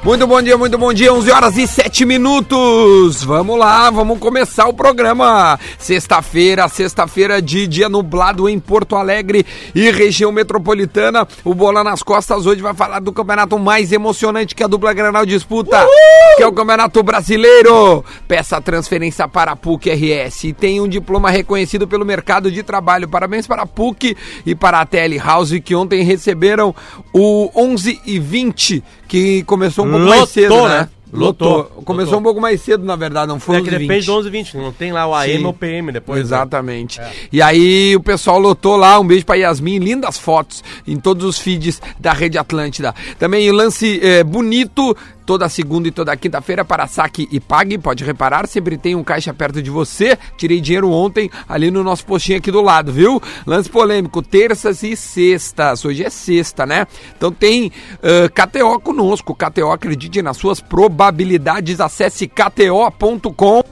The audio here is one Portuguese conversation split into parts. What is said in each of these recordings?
Muito bom dia, 11 horas e 7 minutos. Vamos lá, vamos começar o programa. Sexta-feira de dia nublado em Porto Alegre e região metropolitana. O Bola nas Costas hoje vai falar do campeonato mais emocionante que a dupla Granal disputa, que é o Campeonato Brasileiro. Peça transferência para a PUC-RS e tem um diploma reconhecido pelo mercado de trabalho. Parabéns para a PUC e para a Telehouse, que ontem receberam o 11 e 20, que começou um pouco mais cedo, né? Lotou. Começou um pouco mais cedo, na verdade, não foi que depende do 11 e 20, não tem lá o AM ou o PM depois. Exatamente. Né? E aí o pessoal lotou lá, um beijo pra Yasmin, lindas fotos em todos os feeds da Rede Atlântida. Também lance bonito, toda segunda e toda quinta-feira para saque e pague, pode reparar, sempre tem um caixa perto de você. Tirei dinheiro ontem ali no nosso postinho aqui do lado, viu? Lance polêmico, terças e sextas, hoje é sexta, né? Então tem KTO conosco, KTO, acredite nas suas probabilidades, acesse kto.com.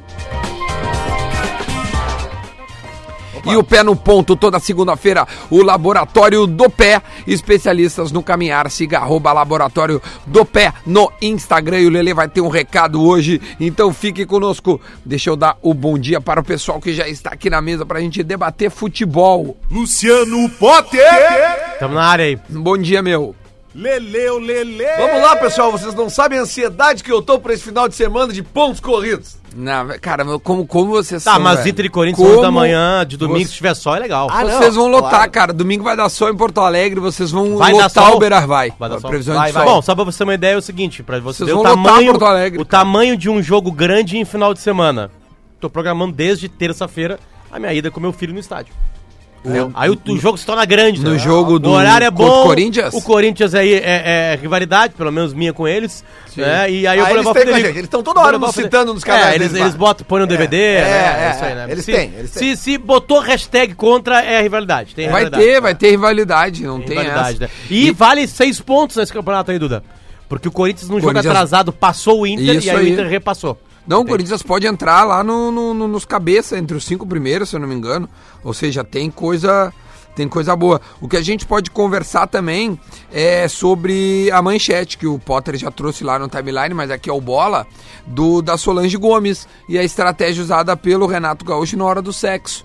E o Pé no Ponto, toda segunda-feira, o Laboratório do Pé, especialistas no caminhar, siga @Laboratório do Pé no Instagram, e o Lelê vai ter um recado hoje, então fique conosco. Deixa eu dar o bom dia para o pessoal que já está aqui na mesa pra gente debater futebol. Luciano Potter! Tamo na área aí. Bom dia, meu. Lele. Vamos lá, pessoal, vocês não sabem a ansiedade que eu tô pra esse final de semana de pontos corridos. Não, cara, como vocês são, mas Inter e Corinthians 11 da manhã, de domingo, se tiver sol, é legal. Vocês vão lotar, claro. Cara, domingo vai dar sol em Porto Alegre, vocês vão lotar o Beira-Vai. Vai dar sol. Previsão de sol. Bom, só pra você ter uma ideia, é o seguinte, pra vocês ver vão lotar Porto Alegre, o tamanho de um jogo grande em final de semana. Tô programando desde terça-feira a minha ida com meu filho no estádio. Aí o jogo se torna grande. No jogo do o horário é bom. Corinthians? O Corinthians aí é rivalidade, pelo menos minha com eles. Né? E aí eu vou levar o Frederico. Eles estão toda hora nos citando nos canais deles. Eles botam, põem no DVD. Isso aí, né? Eles têm. Se botou hashtag contra, é rivalidade. Tem rivalidade. Vai ter rivalidade, não tem rivalidade, essa. Né? E vale 6 pontos nesse campeonato aí, Duda. Porque o Corinthians, num jogo atrasado, passou o Inter e aí o Inter repassou. Não, o Corinthians pode entrar lá nos cabeças, entre os 5 primeiros, se eu não me engano. Ou seja, tem coisa boa. O que a gente pode conversar também é sobre a manchete que o Potter já trouxe lá no timeline, mas aqui é o Bola, da Solange Gomes e a estratégia usada pelo Renato Gaúcho na hora do sexo.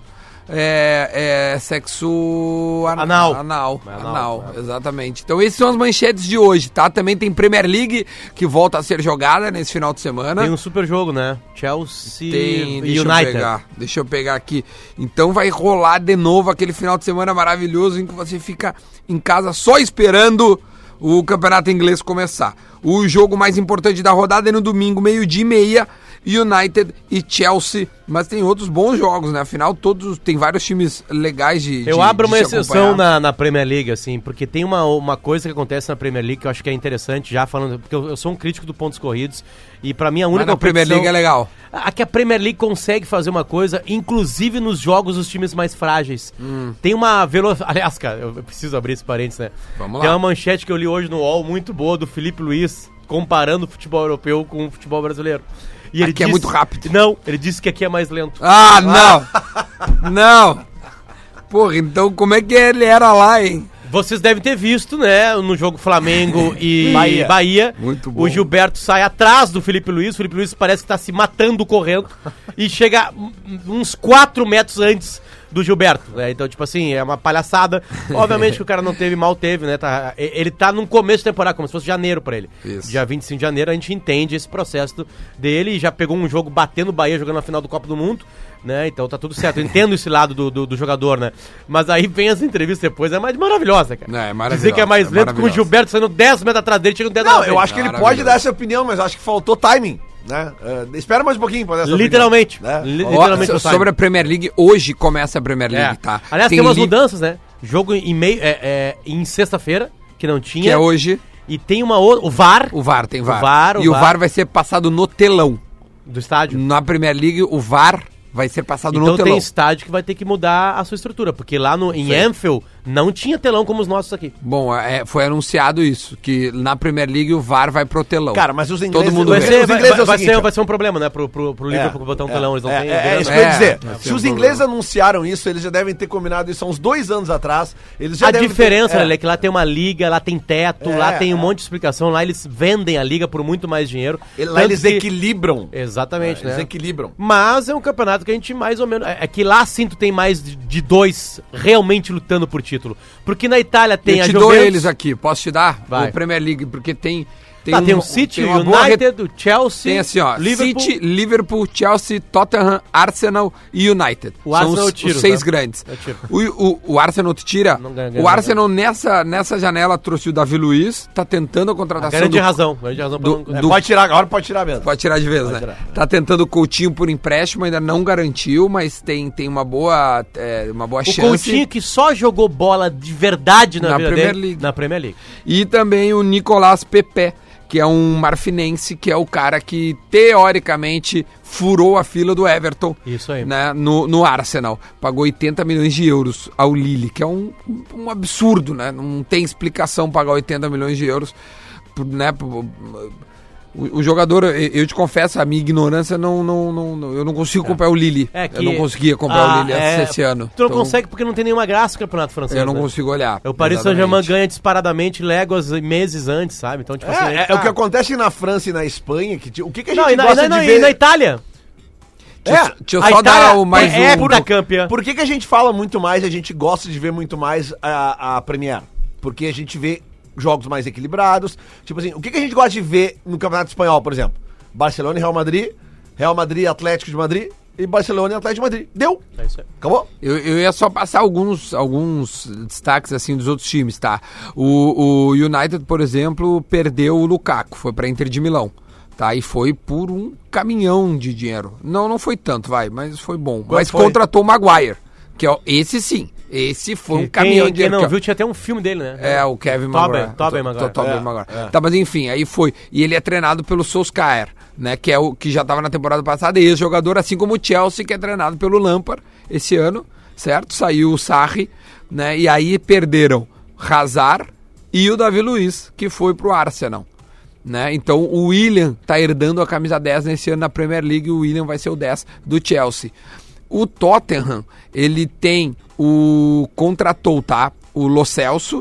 Sexo anal, exatamente. Então esses são as manchetes de hoje, tá? Também tem Premier League que volta a ser jogada nesse final de semana. Tem um super jogo, né? Chelsea e United. Deixa eu pegar aqui. Então vai rolar de novo aquele final de semana maravilhoso em que você fica em casa só esperando o campeonato inglês começar. O jogo mais importante da rodada é no domingo, 12:30, United e Chelsea, mas tem outros bons jogos, né? Afinal, tem vários times legais Eu abro uma exceção na Premier League, assim, porque tem uma coisa que acontece na Premier League que eu acho que é interessante, já falando, porque eu sou um crítico do pontos corridos, e pra mim a única competição... Premier League é legal. Que a Premier League consegue fazer uma coisa, inclusive nos jogos dos times mais frágeis. Tem uma velocidade... Aliás, cara, eu preciso abrir esse parênteses, né? Vamos lá. Tem uma manchete que eu li hoje no UOL, muito boa, do Felipe Luiz, comparando o futebol europeu com o futebol brasileiro. E ele aqui é muito rápido. Não, ele disse que aqui é mais lento. Não! Porra, então como é que ele era lá, hein? Vocês devem ter visto, né, no jogo Flamengo e Bahia. Muito bom. O Gilberto sai atrás do Felipe Luiz. O Felipe Luiz parece que tá se matando correndo e chega uns 4 metros antes do Gilberto, né? Então, tipo assim, é uma palhaçada. Obviamente que o cara não teve, mal teve, né? Ele tá no começo da temporada, como se fosse janeiro pra ele. Isso. Dia 25 de janeiro, a gente entende esse processo dele. Já pegou um jogo batendo o Bahia, jogando na final do Copa do Mundo, né? Então tá tudo certo. Eu entendo esse lado do jogador, né? Mas aí vem as entrevistas depois, é mais maravilhosa, cara. É maravilhosa. Dizer que é mais lento com o Gilberto saindo 10 metros atrás dele, chega um 10 Não, eu acho que ele pode dar essa opinião, mas acho que faltou timing. Né? Espera mais um pouquinho pra dar essa literalmente, opinião, né? Literalmente. Sobre a Premier League, hoje começa a Premier League, tá? Aliás, tem umas mudanças, né? Jogo em sexta-feira, que não tinha. Que é hoje. E tem uma outra, o VAR. O VAR tem VAR. O VAR vai ser passado no telão. Do estádio. Na Premier League, o VAR vai ser passado no telão. Então tem estádio que vai ter que mudar a sua estrutura, porque lá em Anfield Não tinha telão como os nossos aqui. Bom, foi anunciado isso, que na Premier League o VAR vai pro telão. Cara, mas os ingleses... Todo mundo Vai vê. ser, os ingleses é o seguinte, vai ser um problema, né, pro Liverpool botar um telão. Eles não têm... É isso que eu ia dizer. É, Se os ingleses anunciaram isso, eles já devem ter combinado isso há uns 2 anos atrás. Eles já A devem diferença, ter, Lelê, é que lá tem uma liga, lá tem teto, lá tem um monte de explicação, lá eles vendem a liga por muito mais dinheiro. Lá eles Tanto que- equilibram. Exatamente, né? Eles equilibram. Mas é um campeonato que a gente mais ou menos... É que lá sim tu tem mais de 2 realmente lutando por título. Porque na Itália tem Eu a te Juventus... dou eles aqui, posso te dar? Vai. O Premier League, porque tem Tem o City, tem o uma boa United, o Chelsea, Tem assim, ó, Liverpool. City, Liverpool, Chelsea, Tottenham, Arsenal e United. O Arsenal eu os tiro, 6 tá? grandes. Eu tiro. O Arsenal te tira? Não ganha, O ganha, Arsenal nessa janela trouxe o Davi Luiz, tá tentando a contratação Grande razão. Grande razão pra do- não... do- Pode tirar agora, pode tirar mesmo. Pode tirar de vez, né? tirar. Tá tentando o Coutinho por empréstimo, ainda não garantiu, mas tem uma boa O chance. Coutinho que só jogou bola de verdade na vida Premier dele League. na Premier League. E também o Nicolás Pepe, que é um marfinense, que é o cara que, teoricamente, furou a fila do Everton. Isso aí. Né, no Arsenal. Pagou 80 milhões de euros ao Lille, que é um absurdo, né? Não tem explicação pagar 80 milhões de euros, né? O jogador, eu te confesso, a minha ignorância, eu não consigo comprar o Lille. Eu não conseguia comprar o Lille esse ano. Tu não Então, consegue porque não tem nenhuma graça o campeonato francês. Eu não né? consigo olhar. O Paris Exatamente. Saint-Germain ganha disparadamente léguas meses antes, sabe? Então, tipo assim... É o que acontece na França e na Espanha. O que a gente Não, gosta de e ver... na Itália. Deixa eu A só Itália dar o mais é um. heptacampeã. Por que a gente fala muito mais, a gente gosta de ver muito mais a Premier? Porque a gente vê jogos mais equilibrados. Tipo assim, o que a gente gosta de ver no Campeonato Espanhol, por exemplo? Barcelona e Real Madrid e Atlético de Madrid e Barcelona e Atlético de Madrid. Deu. É isso aí. Acabou? Eu ia só passar alguns destaques assim dos outros times, tá? O United, por exemplo, perdeu o Lukaku, foi pra Inter de Milão, tá? E foi por um caminhão de dinheiro. Não foi tanto, mas foi bom. Mas foi? contratou o Maguire, que é esse sim. Esse foi um caminhão de Quem dinheiro. não viu, tinha até um filme dele, né? É, o Kevin Maguire. Tobey Maguire. Tobey Maguire. Tá, mas enfim, aí foi. E ele é treinado pelo Solskjaer, né? Que é o que já tava na temporada passada, ex-jogador, assim como o Chelsea, que é treinado pelo Lampard esse ano, certo? Saiu o Sarri, né? E aí perderam Hazard e o Davi Luiz, que foi pro Arsenal. Né? Então o William tá herdando a camisa 10 nesse ano na Premier League, o William vai ser o 10 do Chelsea. O Tottenham, ele tem contratou, tá? O Lo Celso,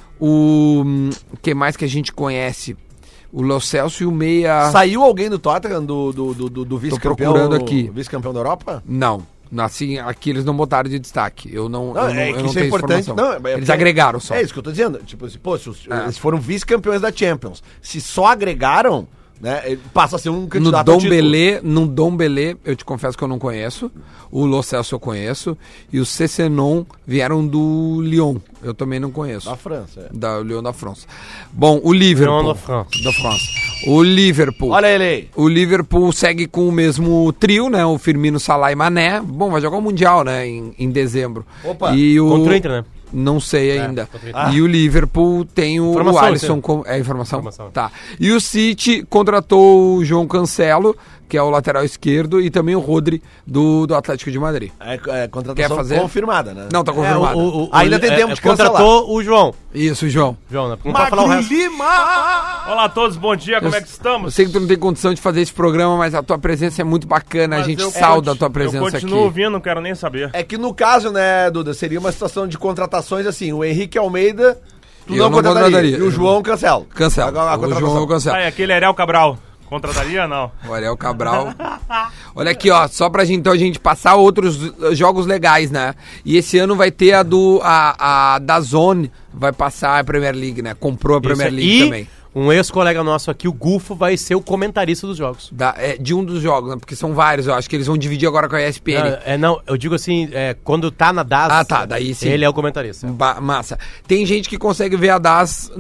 que mais que a gente conhece? O Lo Celso e o meia... Saiu alguém do Tottenham, do vice-campeão? Tô procurando aqui. Vice-campeão da Europa? Não. Assim, aqui eles não botaram de destaque. Eu não isso tenho é importante. informação. Não, Eles agregaram só. É isso que eu tô dizendo. Tipo assim, pô, eles foram vice-campeões da Champions. Se só agregaram, né, ele passa a ser um candidato ao título. No Dombele, eu te confesso que eu não conheço. O Lo Celso eu conheço. E o Cessenon vieram do Lyon. Eu também não conheço. Da França, é. Da Lyon da França. Bom, o Liverpool. Lyon da France. Da France. O Liverpool. Olha ele aí. O Liverpool segue com o mesmo trio, né? O Firmino, Salah e Mané. Bom, vai jogar o Mundial, né? Em dezembro. Opa. E o... Contra o Inter, né? Não sei ainda. contra o Inter. E o Liverpool tem o Informação, Alisson. isso É informação? Informação. Tá. E o City contratou o João Cancelo, que é o lateral esquerdo, e também o Rodri do Atlético de Madrid. Contratação Quer fazer? confirmada, né? Não, tá confirmado. Ainda tem tempo de cancelar. Contratou o João. Isso, João. João, né? Não pode falar o resto. Olá a todos, bom dia, como é que Eu estamos? sei que tu não tem condição de fazer esse programa, mas a tua presença é muito bacana. Mas a gente eu sauda a tua Eu presença aqui. continuo ouvindo, não quero nem saber. É que no caso, né, Duda, seria uma situação de contratações assim, o Henrique Almeida, tu Eu não não contrataria, contrataria. e o João cancela. Cancela. A O contratação. João cancela. Ah, é aquele Ariel Cabral. Contrataria, não? O Ariel Cabral. Olha aqui, ó, só pra gente, então, a gente passar outros jogos legais, né? E esse ano vai ter a DAZN, vai passar a Premier League, né? Comprou a Premier League também. Um ex-colega nosso aqui, o Gufo, vai ser o comentarista dos jogos. De um dos jogos, né? Porque são vários, eu acho que eles vão dividir agora com a ESPN. Não, eu digo assim, quando tá na DAS, Ah, tá, daí sim. ele é o comentarista. Massa. Tem gente que consegue ver a DAS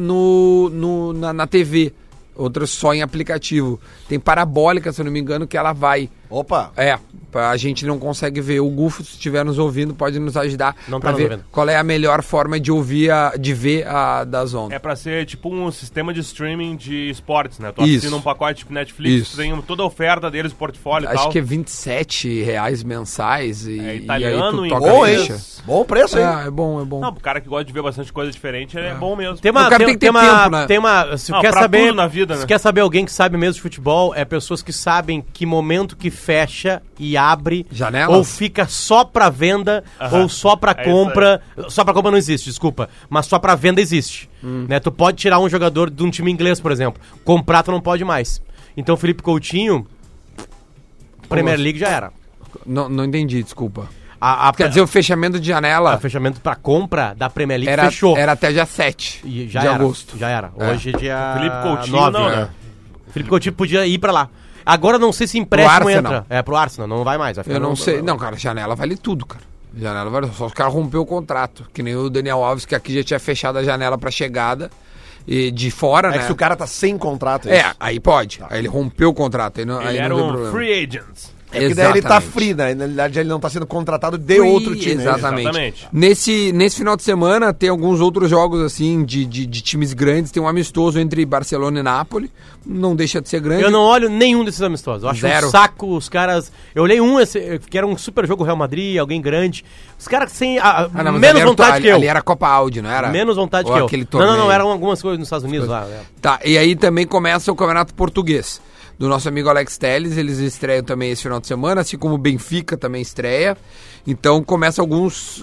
na TV, outras só em aplicativo. Tem parabólica, se eu não me engano, que ela vai Opa! A gente não consegue ver. O Gufo, se estiver nos ouvindo, pode nos ajudar Não pra tá nos ver ouvindo. qual é a melhor forma de de ver a da Zona. É pra ser tipo um sistema de streaming de esportes, né? Tu Isso. assina um pacote tipo Netflix, Isso. tu tem toda a oferta deles, portfólio e Acho tal. que é R$27 mensais e, É e italiano, aí tu toca Bom, a hein? ficha. Bom preço, hein? É bom, é bom. Não, pro cara que gosta de ver bastante coisa diferente, é bom mesmo. Tem uma, O cara tem que ter uma, tempo, né? tem uma, se Não, quer pra saber, tudo na vida, se né? quer saber alguém que sabe mesmo de futebol, é pessoas que sabem que momento que fecha e abre, Janelas? ou fica só pra venda, Aham. ou só pra É compra. Só pra compra não existe, desculpa, mas só pra venda existe. Né? Tu pode tirar um jogador de um time inglês, por exemplo, comprar tu não pode mais. Então Felipe Coutinho, Premier League já era. Não entendi, desculpa. A Quer dizer, o fechamento de janela o fechamento pra compra da Premier League era, fechou. era até dia 7 E já de era, agosto. já era. É. Hoje é dia Felipe Coutinho 9, não, né? né? Felipe Coutinho podia ir pra lá. Agora não sei se empréstimo Arsenal. entra. É, pro Arsenal, não vai mais. Vai ficar Eu não no- sei. Não, cara, janela vale tudo, cara. Janela vale. Só os caras rompeu o contrato. Que nem o Daniel Alves, que aqui já tinha fechado a janela pra chegada. E de fora, É né? que se o cara tá sem contrato, É, aí pode. Aí ele rompeu o contrato. Aí não, Ele aí era não tem um problema. free agent. É porque daí ele tá Exatamente. free, né? Na realidade ele não tá sendo contratado de Free, outro time. né? Exatamente. Exatamente. Nesse final de semana tem alguns outros jogos assim de times grandes. Tem um amistoso entre Barcelona e Nápoles. Não deixa de ser grande. Eu não olho nenhum desses amistosos. Eu acho Zero. um saco os caras. Eu olhei um que era um super jogo Real Madrid, alguém grande. Os caras sem. Ah, não, mas menos ali era vontade ali, que eu. Ali era Copa Audi, não era? Menos vontade Ou que eu. aquele Não, torneio. eram algumas coisas nos Estados Unidos lá. né? Tá, e aí também começa o Campeonato Português. Do nosso amigo Alex Telles, eles estreiam também esse final de semana, assim como o Benfica também estreia. Então começa alguns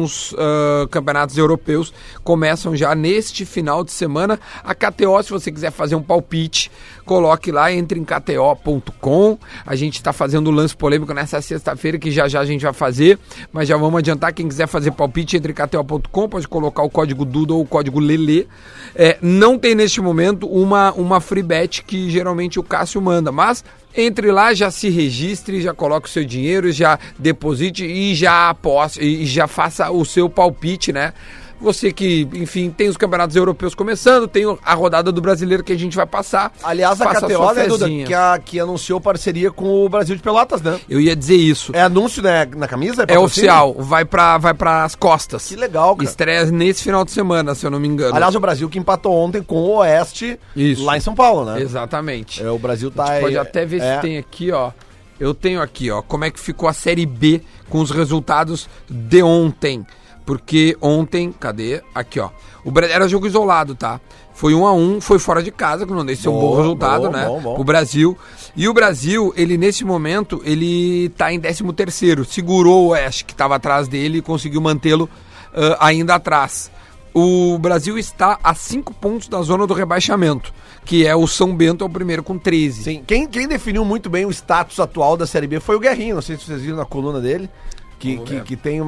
campeonatos europeus, começam já neste final de semana. A KTO, se você quiser fazer um palpite, coloque lá, entre em kto.com. A gente está fazendo o lance polêmico nessa sexta-feira, que já a gente vai fazer, mas já vamos adiantar, quem quiser fazer palpite, entre em kto.com, pode colocar o código Duda ou o código Lelê. Não tem neste momento uma free bet que geralmente o Cássio manda, mas entre lá, já se registre, já coloque o seu dinheiro, já deposite e já aposte, e já faça o seu palpite, né? Você que, enfim, tem os campeonatos europeus começando, tem a rodada do brasileiro que a gente vai passar. Aliás, a faça KTO, sua né, Duda, fezinha. que anunciou parceria com o Brasil de Pelotas, né? Eu ia dizer isso. É anúncio, né, na camisa? É patrocínio? oficial, vai para as costas. Que legal, cara. Estreia nesse final de semana, se eu não me engano. Aliás, o Brasil que empatou ontem com o Oeste Isso. lá em São Paulo, né? Exatamente. O Brasil tá A gente aí. pode até ver se tem aqui, ó. Eu tenho aqui, ó, como é que ficou a Série B com os resultados de ontem. Porque ontem, cadê? Aqui, ó. Era jogo isolado, tá? Foi 1-1, foi fora de casa, que não deixa ser um bom resultado, né? Bom. O Brasil. E o Brasil, ele nesse momento, ele tá em 13º. Segurou o Oeste, que estava atrás dele, e conseguiu mantê-lo ainda atrás. O Brasil está a 5 pontos da zona do rebaixamento, que é o São Bento, é o primeiro com 13. Sim. Quem definiu muito bem o status atual da Série B foi o Guerrinho. Não sei se vocês viram na coluna dele. Que tem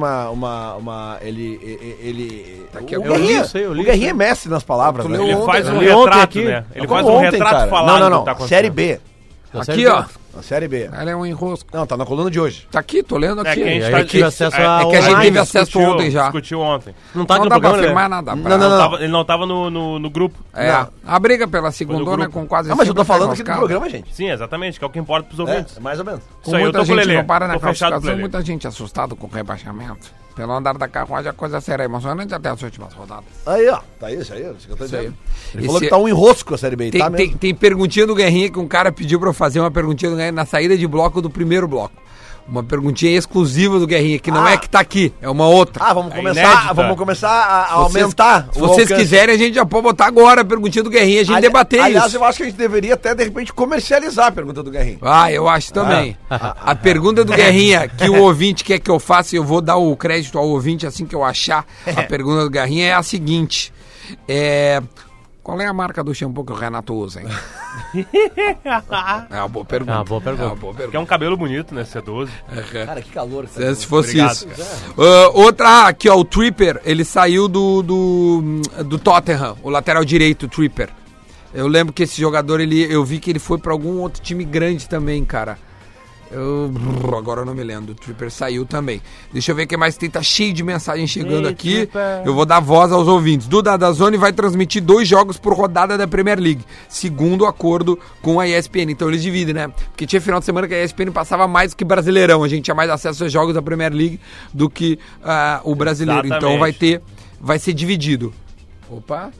ele Tá aqui, o eu Guerrinha, li isso aí, eu li o Guerrinha isso é mestre nas palavras, né? Ele faz um Ele ontem retrato, aqui. né? Ele Como faz um ontem, retrato cara. falado Não, do que tá acontecendo. Série B. Aqui, ó. A Série B. Ela é um enrosco. Não, tá na coluna de hoje. Tá aqui, tô lendo É aqui. que a gente aí tá eu tive acesso a é que a gente online, teve acesso ontem já. Discutiu ontem. Não tá Não aqui dá no pra programa, afirmar né? nada. Não. Ele não tava no grupo. A briga pela segundona grupo. com quase... Ah, mas eu tô sempre falando aqui do enroscado. programa, gente. Sim, exatamente, que é o que importa pros ouvintes. Mais ou menos. Com Isso aí, eu muita tô com o gente Lelê. não para na Tô fechado com o classificação, Lelê. muita gente assustada com o rebaixamento. Pelo andar da carruagem, a coisa será emocionante até as últimas rodadas. Aí, ó. Tá isso aí, isso que eu tô Isso aí. dizendo. Ele Esse- falou que tá um enrosco a Série B. Tá mesmo. Tem perguntinha do Guerrinha que um cara pediu pra eu fazer uma perguntinha do Guerrinha na saída de bloco do primeiro bloco. Uma perguntinha exclusiva do Guerrinha, que não é que tá aqui, é uma outra. Ah, vamos É começar, inédita. vamos começar a Vocês- aumentar. Se o vocês alcance. quiserem, a gente já pode botar agora a perguntinha do Guerrinha, a gente debater Aliás, isso. eu acho que a gente deveria até, de repente, comercializar a pergunta do Guerrinho. Ah, eu acho também. A pergunta do Guerrinha que o ouvinte quer que eu faça, eu vou dar o crédito ao ouvinte assim que eu achar. A pergunta do Guerrinha é a seguinte: qual é a marca do shampoo que o Renato usa, hein? É uma boa pergunta. É uma boa pergunta. É uma boa Que é pergunta. um cabelo bonito, né? C12. Cara, que calor. Que tá Se fosse Obrigado, isso. Outra, aqui ó, o Tripper, ele saiu do Tottenham, o lateral direito, o Tripper. Eu lembro que esse jogador, eu vi que ele foi pra algum outro time grande também, cara. Agora eu não me lembro. O Tripper saiu também. Deixa eu ver o que mais tem. Tá cheio de mensagem chegando Ei, aqui. Tripper. Eu vou dar voz aos ouvintes. Duda Dazone vai transmitir 2 jogos por rodada da Premier League, segundo o acordo com a ESPN. Então eles dividem, né? Porque tinha final de semana que a ESPN passava mais do que Brasileirão. A gente tinha mais acesso aos jogos da Premier League do que o brasileiro. Exatamente. Então vai ser dividido. Opa.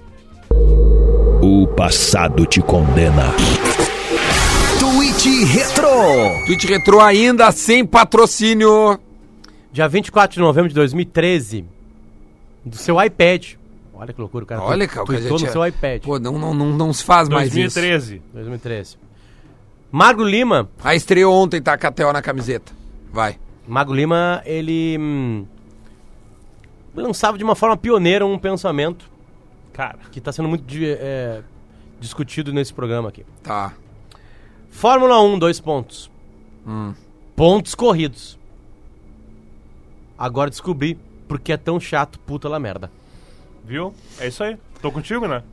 O passado te condena. Tweet Retro. Tweet Retro ainda sem patrocínio. Dia 24 de novembro de 2013, do seu iPad. Olha que loucura, o cara. Olha, cara, tweetou no seu iPad. Pô, não se faz mais isso. 2013. 2013. Magro Lima. Ah, estreou ontem, tá? KTO na camiseta. Vai. Magro Lima, ele lançava de uma forma pioneira um pensamento Cara, que está sendo muito discutido nesse programa aqui. Tá. Fórmula 1, 2 pontos. Pontos corridos. Agora descobri porque é tão chato, puta lá merda. viu? É isso aí. Tô contigo, né?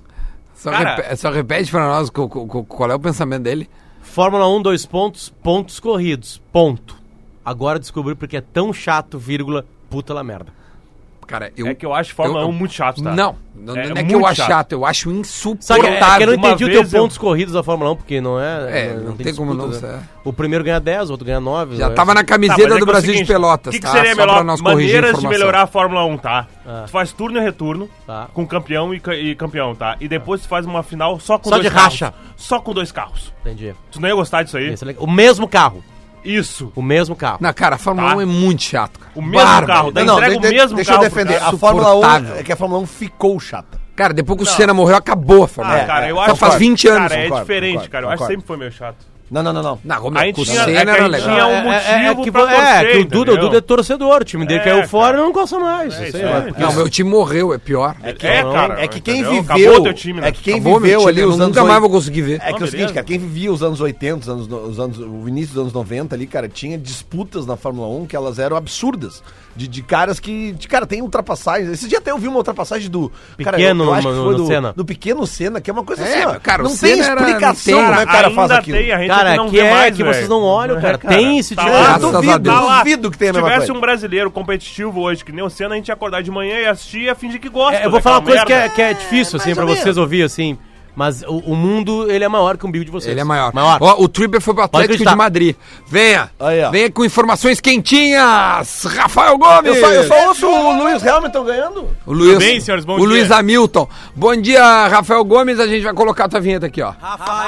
Só repete pra nós qual é o pensamento dele. Fórmula 1, 2 pontos, pontos corridos, ponto. Agora descobri porque é tão chato, vírgula, puta lá merda. Cara, É que eu acho Fórmula 1 muito chato, tá? Não é que eu muito acho chato, eu acho Sabe que insuportável. eu não entendi Uma o teu vez eu- pontos corridos da Fórmula 1, porque não é... Não tem como não disputa, ser. né? O primeiro ganha 10, o outro ganha 9. Já né? tava na Tá, camiseta mas é do que é o Brasil seguinte, de Pelotas, O que tá? seria Só pra melhor? nós corrigir a Maneiras de informação. melhorar a Fórmula 1, tá? Ah. Tu faz turno e retorno Tá. com campeão e campeão, tá? E depois tu faz uma final só com Só 2 de carros. racha. Só com 2 carros. Entendi. Tu não ia gostar disso aí? Esse é legal. O mesmo carro. Isso. O mesmo carro. Não, cara, a Fórmula Tá. 1 é muito chato, cara. O mesmo carro. Daí entrega o mesmo deixa carro eu pro defender. cara. A Fórmula 1 Insuportável. é que a Fórmula 1 ficou chata. Cara, depois que o Senna morreu, acabou a Fórmula 1. Cara, eu Só acho faz que- 20 anos. Cara, é concordo, diferente, concordo, cara. Eu acho que concordo. sempre foi meio chato. Não. Não, como A é gente que o tinha, Senna é que a era gente legal. tinha um motivo pra torcer, que o Duda entendeu? é torcedor. O time dele caiu cara. fora e não gosta mais. É Isso isso aí, aí, mano. entendeu? Não, meu time morreu, é pior. cara. É que quem entendeu? viveu. Acabou teu time, né? É que quem Acabou meu viveu time, ali eu os anos. nunca mais vou conseguir ver. É que é o beleza. seguinte, cara, quem vivia os anos 80, o início dos anos 90 ali, cara, tinha disputas na Fórmula 1 que elas eram absurdas. De caras que. Cara, tem ultrapassagens. Esse dia até eu vi uma ultrapassagem do. Cara, Pequeno eu acho que no foi Senna. do pequeno Senna, que é uma coisa É, assim, ó. cara, o não tem Senna era- explicação não tem. como é que o cara faz Ainda aquilo. tem, a gente Cara, não que vê é mais, que vocês velho. não olham, cara. Cara, Tem esse tá tipo lá, de- Graças a duvido, Deus. tá lá. duvido que tenha a Se mesma tivesse coisa. um brasileiro competitivo hoje, que nem o Senna, a gente ia acordar de manhã e assistir e ia fingir que gosta. Eu vou falar uma daquela coisa merda. que é difícil, assim, mais pra ou vocês menos. ouvir, assim. Mas o mundo, ele é maior que o umbigo de vocês. Ele é maior. Maior. Ó, o Tripper foi pro Atlético acreditar. de Madrid. Venha. Aí, ó. Venha com informações quentinhas. Rafael Gomes. Eu só ouço o Lewis Hamilton ganhando. O Luiz, Tudo bem, senhores? Bom o dia. Luiz Hamilton. Bom dia, Rafael Gomes. A gente vai colocar a tua vinheta aqui, ó.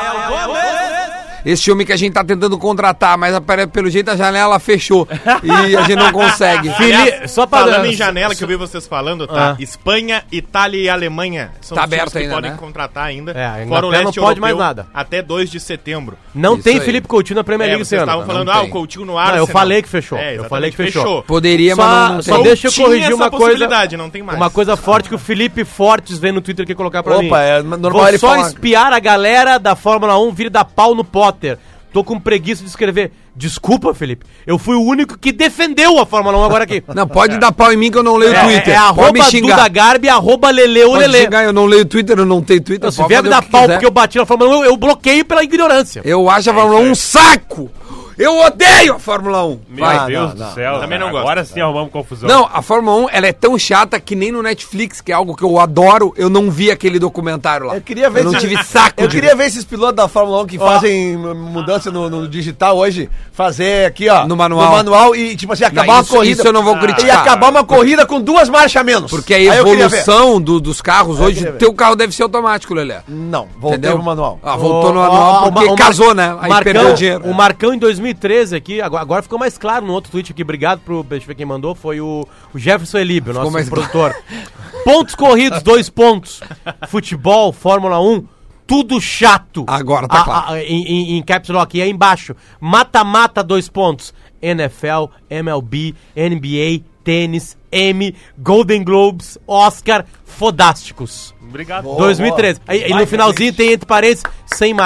Esse homem que a gente tá tentando contratar, mas pelo jeito a janela fechou. E a gente não consegue. Só pra Falando em janela que eu vi vocês falando, tá? Espanha, Itália e Alemanha são Tá os times aberto que ainda, podem né? contratar ainda. É, a Fora o Inglaterra leste não pode mais europeu, nada. até 2 de setembro. Não Isso tem aí. Felipe Coutinho na Premier League esse Vocês ano. estavam falando, não tem. o Coutinho no Não, Arsenal. eu falei que fechou. É, Eu exatamente, falei que fechou. Poderia, mas não Só tem. deixa eu Tinha corrigir essa uma coisa. possibilidade, não tem mais. Uma coisa forte que o Felipe Fortes vem no Twitter quer colocar pra mim. Opa, é normal Vou ele só falar. espiar a galera da Fórmula 1 vir dar pau no Potter. Tô com preguiça de escrever. Desculpa, Felipe. Eu fui o único que defendeu a Fórmula 1 agora aqui. Não, pode dar pau em mim que eu não leio o Twitter. É Pode me arroba xingar. Duda Garbi, arroba Leleu Pode Lele. xingar, eu não leio Twitter, eu não tenho Twitter. Então, se pode vier me fazer dar o que pau quiser. porque eu bati na Fórmula 1, eu bloqueio pela ignorância. Eu acho a Fórmula 1 um saco. Eu odeio a Fórmula 1. Meu Vai. Deus não, do céu. Também não cara. gosto. Agora sim arrumamos confusão. Não, a Fórmula 1, ela é tão chata que nem no Netflix, que é algo que eu adoro, eu não vi aquele documentário lá. Eu queria ver não esse- tive saco Eu de queria ver esses pilotos da Fórmula 1 que fazem mudança no digital hoje, fazer aqui, ó, No manual. e, tipo assim, acabar Não, uma isso- corrida. isso eu não vou criticar. E acabar uma corrida com 2 marchas a menos. Porque a Aí eu queria ver. evolução dos carros hoje, queria ver. teu carro deve ser automático, Lelé. Não, voltei Entendeu? pro manual. Ah, voltou no manual porque casou, né? Aí perdeu dinheiro. O Marcão em 2013 aqui, agora ficou mais claro no outro tweet aqui, obrigado deixa eu ver quem mandou, foi o Jefferson Elíbio, nosso mais produtor. Pontos corridos, 2 pontos. Futebol, Fórmula 1, tudo chato. Agora tá claro. Em caps lock, e aí embaixo, mata-mata, 2 pontos. NFL, MLB, NBA, tênis, Emmy, Golden Globes, Oscar, fodásticos. Obrigado. 2013. Aí no finalzinho tem entre parênteses, sem mais.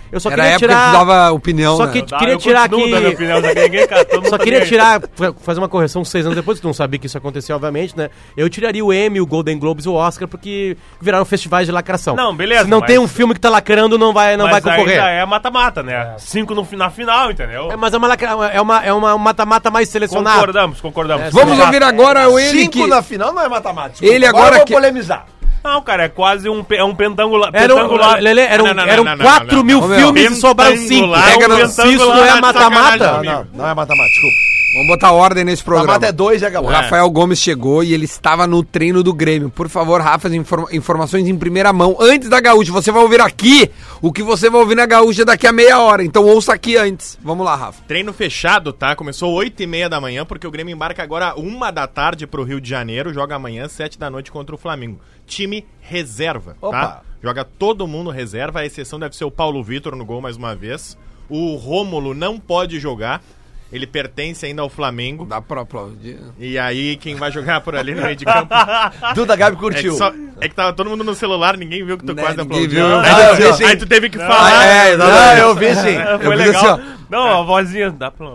Eu só Era a queria época tirar... que tu dava opinião, Só né? que Tá, queria eu tirar continuo dando aqui... opinião, só que ninguém catou, não Só tá queria nem aí. tirar, fazer uma correção 6 anos depois, tu não sabia que isso aconteceu, obviamente, né? Eu tiraria o Emmy, o Golden Globes e o Oscar, porque viraram festivais de lacração. Não, beleza, Se não mas- tem um filme que tá lacrando, não vai concorrer. Ainda é mata-mata, né? 5 na final, entendeu? Mas é uma mata-mata mais selecionada. Concordamos. Vamos ouvir agora o ele 5 que... na final não é matemática. Ele agora eu vou que- polemizar. Não, cara, é quase um pentangular. Eram 4 mil Ô, meu, filmes e sobraram 5. Pentangular, Pega no- Se isso não é mata-mata... Não é matemática, desculpa. Vamos botar ordem nesse programa. Mata é 2 e O acabou. Rafael Gomes chegou e ele estava no treino do Grêmio. Por favor, Rafa, informações em primeira mão. Antes da Gaúcha, você vai ouvir aqui o que você vai ouvir na Gaúcha daqui a meia hora. Então ouça aqui antes. Vamos lá, Rafa. Treino fechado, tá? Começou 8h30 da manhã, porque o Grêmio embarca agora 1 da tarde pro Rio de Janeiro, joga amanhã 7 da noite contra o Flamengo. Time reserva, Opa. tá? Joga todo mundo reserva, a exceção deve ser o Paulo Vitor no gol mais uma vez. O Rômulo não pode jogar, ele pertence ainda ao Flamengo. Dá pra aplaudir. E aí quem vai jogar por ali no meio de campo... Duda Gabi É curtiu. que tava todo mundo no celular, ninguém viu que tu Né, quase ninguém aplaudiu. viu. Aí tu teve que falar. Eu vi sim. Foi vi legal. assim, Não, a vozinha dá pra...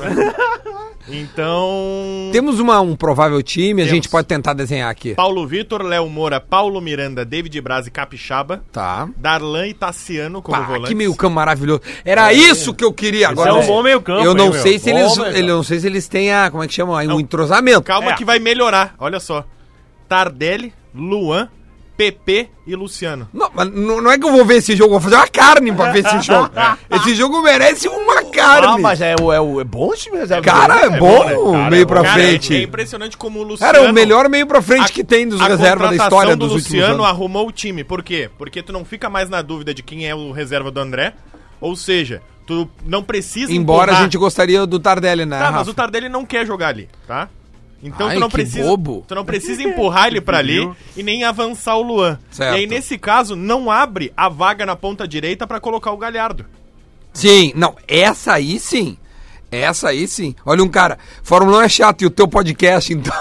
Então... Temos um provável time, a Temos. gente pode tentar desenhar aqui. Paulo Vitor, Léo Moura, Paulo Miranda, David Braz e Capixaba. Tá. Darlan e Tassiano como Pá, volantes. que meio campo maravilhoso. Era isso que eu queria agora. é um bom meio-campo, Eu não hein, meu? sei se Bom eles, meio-campo. eu não sei se eles têm a, como é que chama, um entrosamento. Calma É. que vai melhorar, olha só. Tardelli, Luan, PP e Luciano. Não, mas não é que eu vou ver esse jogo, vou fazer uma carne pra ver esse jogo. Esse jogo merece uma carne. Ah, mas é bom esse time reserva. Cara, é bom, né? Cara, meio é bom. pra Cara, frente. é impressionante como o Luciano... Era o melhor meio pra frente que tem dos reservas da história do dos últimos Luciano anos. arrumou o time. Por quê? Porque tu não fica mais na dúvida de quem é o reserva do André. Ou seja, tu não precisa Embora empurrar. a gente gostaria do Tardelli, né, Tá, mas Rafa? o Tardelli não quer jogar ali, tá? Então Ai, tu não que precisa. bobo. Tu não precisa empurrar ele pra ali Viu? e nem avançar o Luan. Certo. E aí, nesse caso, não abre a vaga na ponta direita pra colocar o Galhardo. Sim, não, essa aí sim. Essa aí sim. Olha um cara, Fórmula 1 é chato e o teu podcast, então...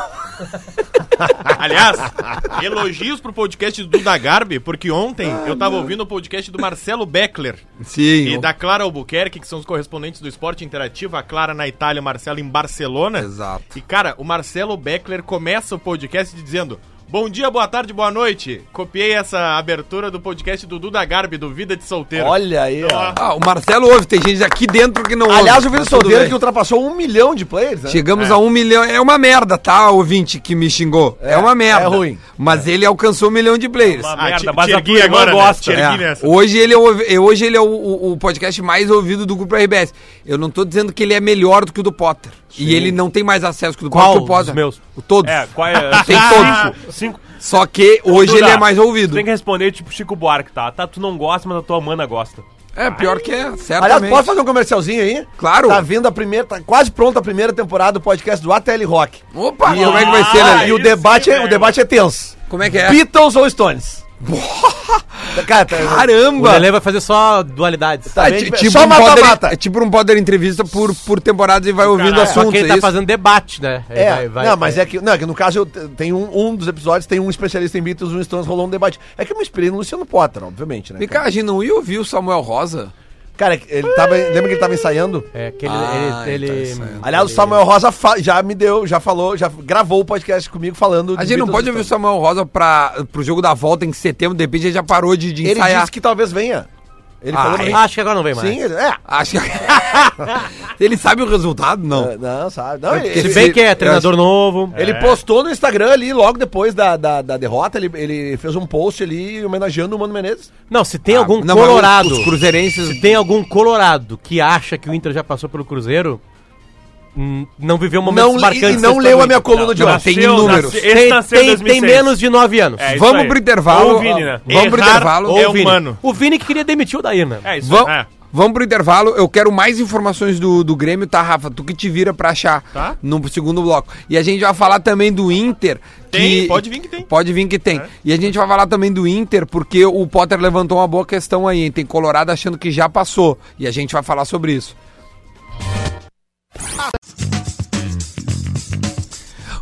Aliás, elogios pro podcast do Duda Garbi, porque ontem eu tava ouvindo o podcast do Marcelo Beckler Sim. e da Clara Albuquerque, que são os correspondentes do Esporte Interativo, a Clara na Itália e o Marcelo em Barcelona. Exato. E, cara, o Marcelo Beckler começa o podcast dizendo: bom dia, boa tarde, boa noite. Copiei essa abertura do podcast do Duda Garbi, do Vida de Solteiro. Olha aí, ó. Ah, o Marcelo ouve, tem gente aqui dentro que não Aliás, ouve. o Vida mas tudo Solteiro bem. que ultrapassou 1 milhão de players, né? Chegamos a 1 milhão. É uma merda, tá, ouvinte que me xingou? É uma merda. é ruim. Mas ele alcançou 1 milhão de players. Uma merda, te mas a ergui tua irmã agora, né? gosta. Te ergui nessa. Hoje ele é o podcast mais ouvido do Grupo RBS. Eu não tô dizendo que ele é melhor do que o do Potter. E ele não tem mais acesso que o do Qual Potter. Que o Potter. dos meus? O todos. Qual é? Tem todos. Cinco. Só que hoje Duda, ele é mais ouvido. Tu tem que responder tipo Chico Buarque, tá? Tá, tu não gosta, mas a tua mana gosta. É, pior que é, Aliás, certamente. posso fazer um comercialzinho aí? Claro. Tá vindo a primeira, tá quase pronta a primeira temporada do podcast do ATL Rock. Opa, como é que vai ser, E Lelê? o debate, o debate é tenso. Como é que é? Beatles ou Stones? Cara, tá, O Caramba! Lelê vai fazer só dualidades. Tá, É, tipo, um mata-mata. Poder, é tipo um Poder entrevista por temporada e vai ouvindo Caralho. Só assuntos. que ele é tá isso? fazendo debate, né? Não, mas é que no caso tem um dos episódios tem um especialista em Beatles, um Stones, rolou um debate. É que eu me inspirei no Luciano Potter, obviamente, né? Vem cá, a gente não ia ouvir o Samuel Rosa? Cara, ele tava, lembra que ele tava ensaiando? É que ele tá ele ensaiando. Aliás, o Samuel Rosa já me deu, já falou, já gravou o podcast comigo falando A gente não Beatles pode e ouvir o Stones. Samuel Rosa pro jogo da volta em setembro, de repente ele já parou de Ele ensaiar. disse que talvez venha. Ele falou pra mim. Acho que agora não vem mais. Sim, Acho que... ele sabe o resultado? Não. não, sabe. Não, porque Se bem que é treinador novo. ele postou no Instagram ali, logo depois da derrota, ele fez um post ali homenageando o Mano Menezes. Não, se tem algum não, mas colorado. Os cruzeirenses... Se tem algum colorado que acha que o Inter já passou pelo Cruzeiro, não viveu momentos Não, marcantes. e não da leu história a minha do Inter. coluna de Não, ontem. tem inúmeros. Esse nasceu em Tem 2006. menos de 9 anos. É, isso Vamos aí. pro intervalo. Ou o Vini, né? Vamos pro Errar intervalo. é Ou o Vini. humano. O Vini que queria demitir o Daí, né? É isso. Vamos, vamos pro intervalo. Eu quero mais informações do Grêmio, tá, Rafa? Tu que te vira pra achar Tá. no segundo bloco. E a gente vai falar também do Inter. Tem, pode vir que tem. Pode vir que tem. E a gente vai falar também do Inter, porque o Potter levantou uma boa questão aí, hein? Tem Colorado achando que já passou. E a gente vai falar sobre isso.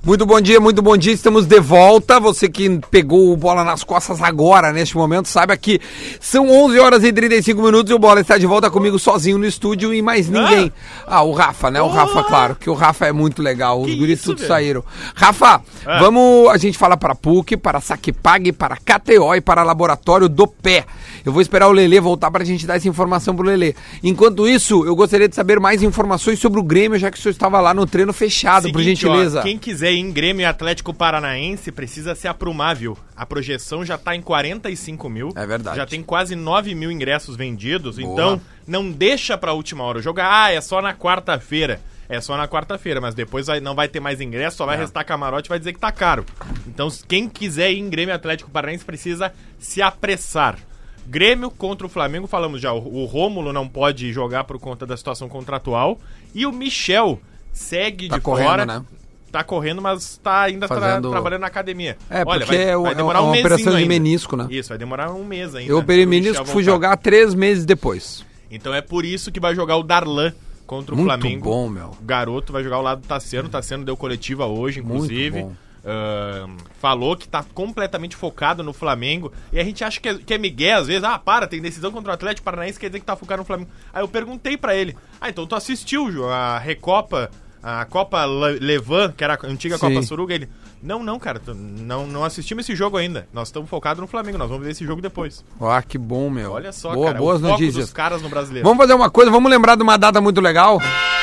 Muito bom dia, estamos de volta. Você que pegou o Bola nas Costas agora, neste momento, saiba que são 11 horas e 35 minutos e o Bola está de volta comigo sozinho no estúdio e mais ninguém. O Rafa, né? O Rafa, claro, que o Rafa é muito legal, os guris tudo saíram. Rafa, vamos, a gente fala para a PUC, para a Saquepag, para a KTO e para Laboratório do Pé. Eu vou esperar o Lelê voltar para a gente dar essa informação pro Lelê. Enquanto isso, eu gostaria de saber mais informações sobre o Grêmio, já que o senhor estava lá no treino fechado, por gentileza. Quem quiser ir em Grêmio e Atlético Paranaense precisa se aprumar, viu? A projeção já tá em 45 mil. É verdade. Já tem quase 9 mil ingressos vendidos. Boa. Então, não deixa pra última hora. O jogo é só na quarta-feira. É só na quarta-feira, mas depois não vai ter mais ingresso, só vai restar camarote e vai dizer que tá caro. Então, quem quiser ir em Grêmio e Atlético Paranaense precisa se apressar. Grêmio contra o Flamengo, falamos já, o Rômulo não pode jogar por conta da situação contratual. E o Michel segue de fora. Né? Tá correndo, mas tá ainda trabalhando na academia. Olha, vai demorar uma operação de menisco, né? Isso, vai demorar um mês ainda. Eu operei menisco e fui jogar 3 meses depois. Então é por isso que vai jogar o Darlan contra o Flamengo. Muito bom, meu. O garoto vai jogar ao lado do Tassiano. O Tassiano deu coletiva hoje, inclusive. Muito bom. Falou que tá completamente focado no Flamengo. E a gente acha que é migué, às vezes. Tem decisão contra o Atlético Paranaense, quer dizer que tá focado no Flamengo. Aí eu perguntei pra ele: então tu assistiu, Ju, a Recopa, a Copa Levan, que era a antiga Copa Suruga? Ele: Não, cara, não assistimos esse jogo ainda. Nós estamos focados no Flamengo, nós vamos ver esse jogo depois. Que bom, meu. Olha só, cara, boas o foco notícias dos caras no Brasileiro. Vamos fazer uma coisa, vamos lembrar de uma data muito legal.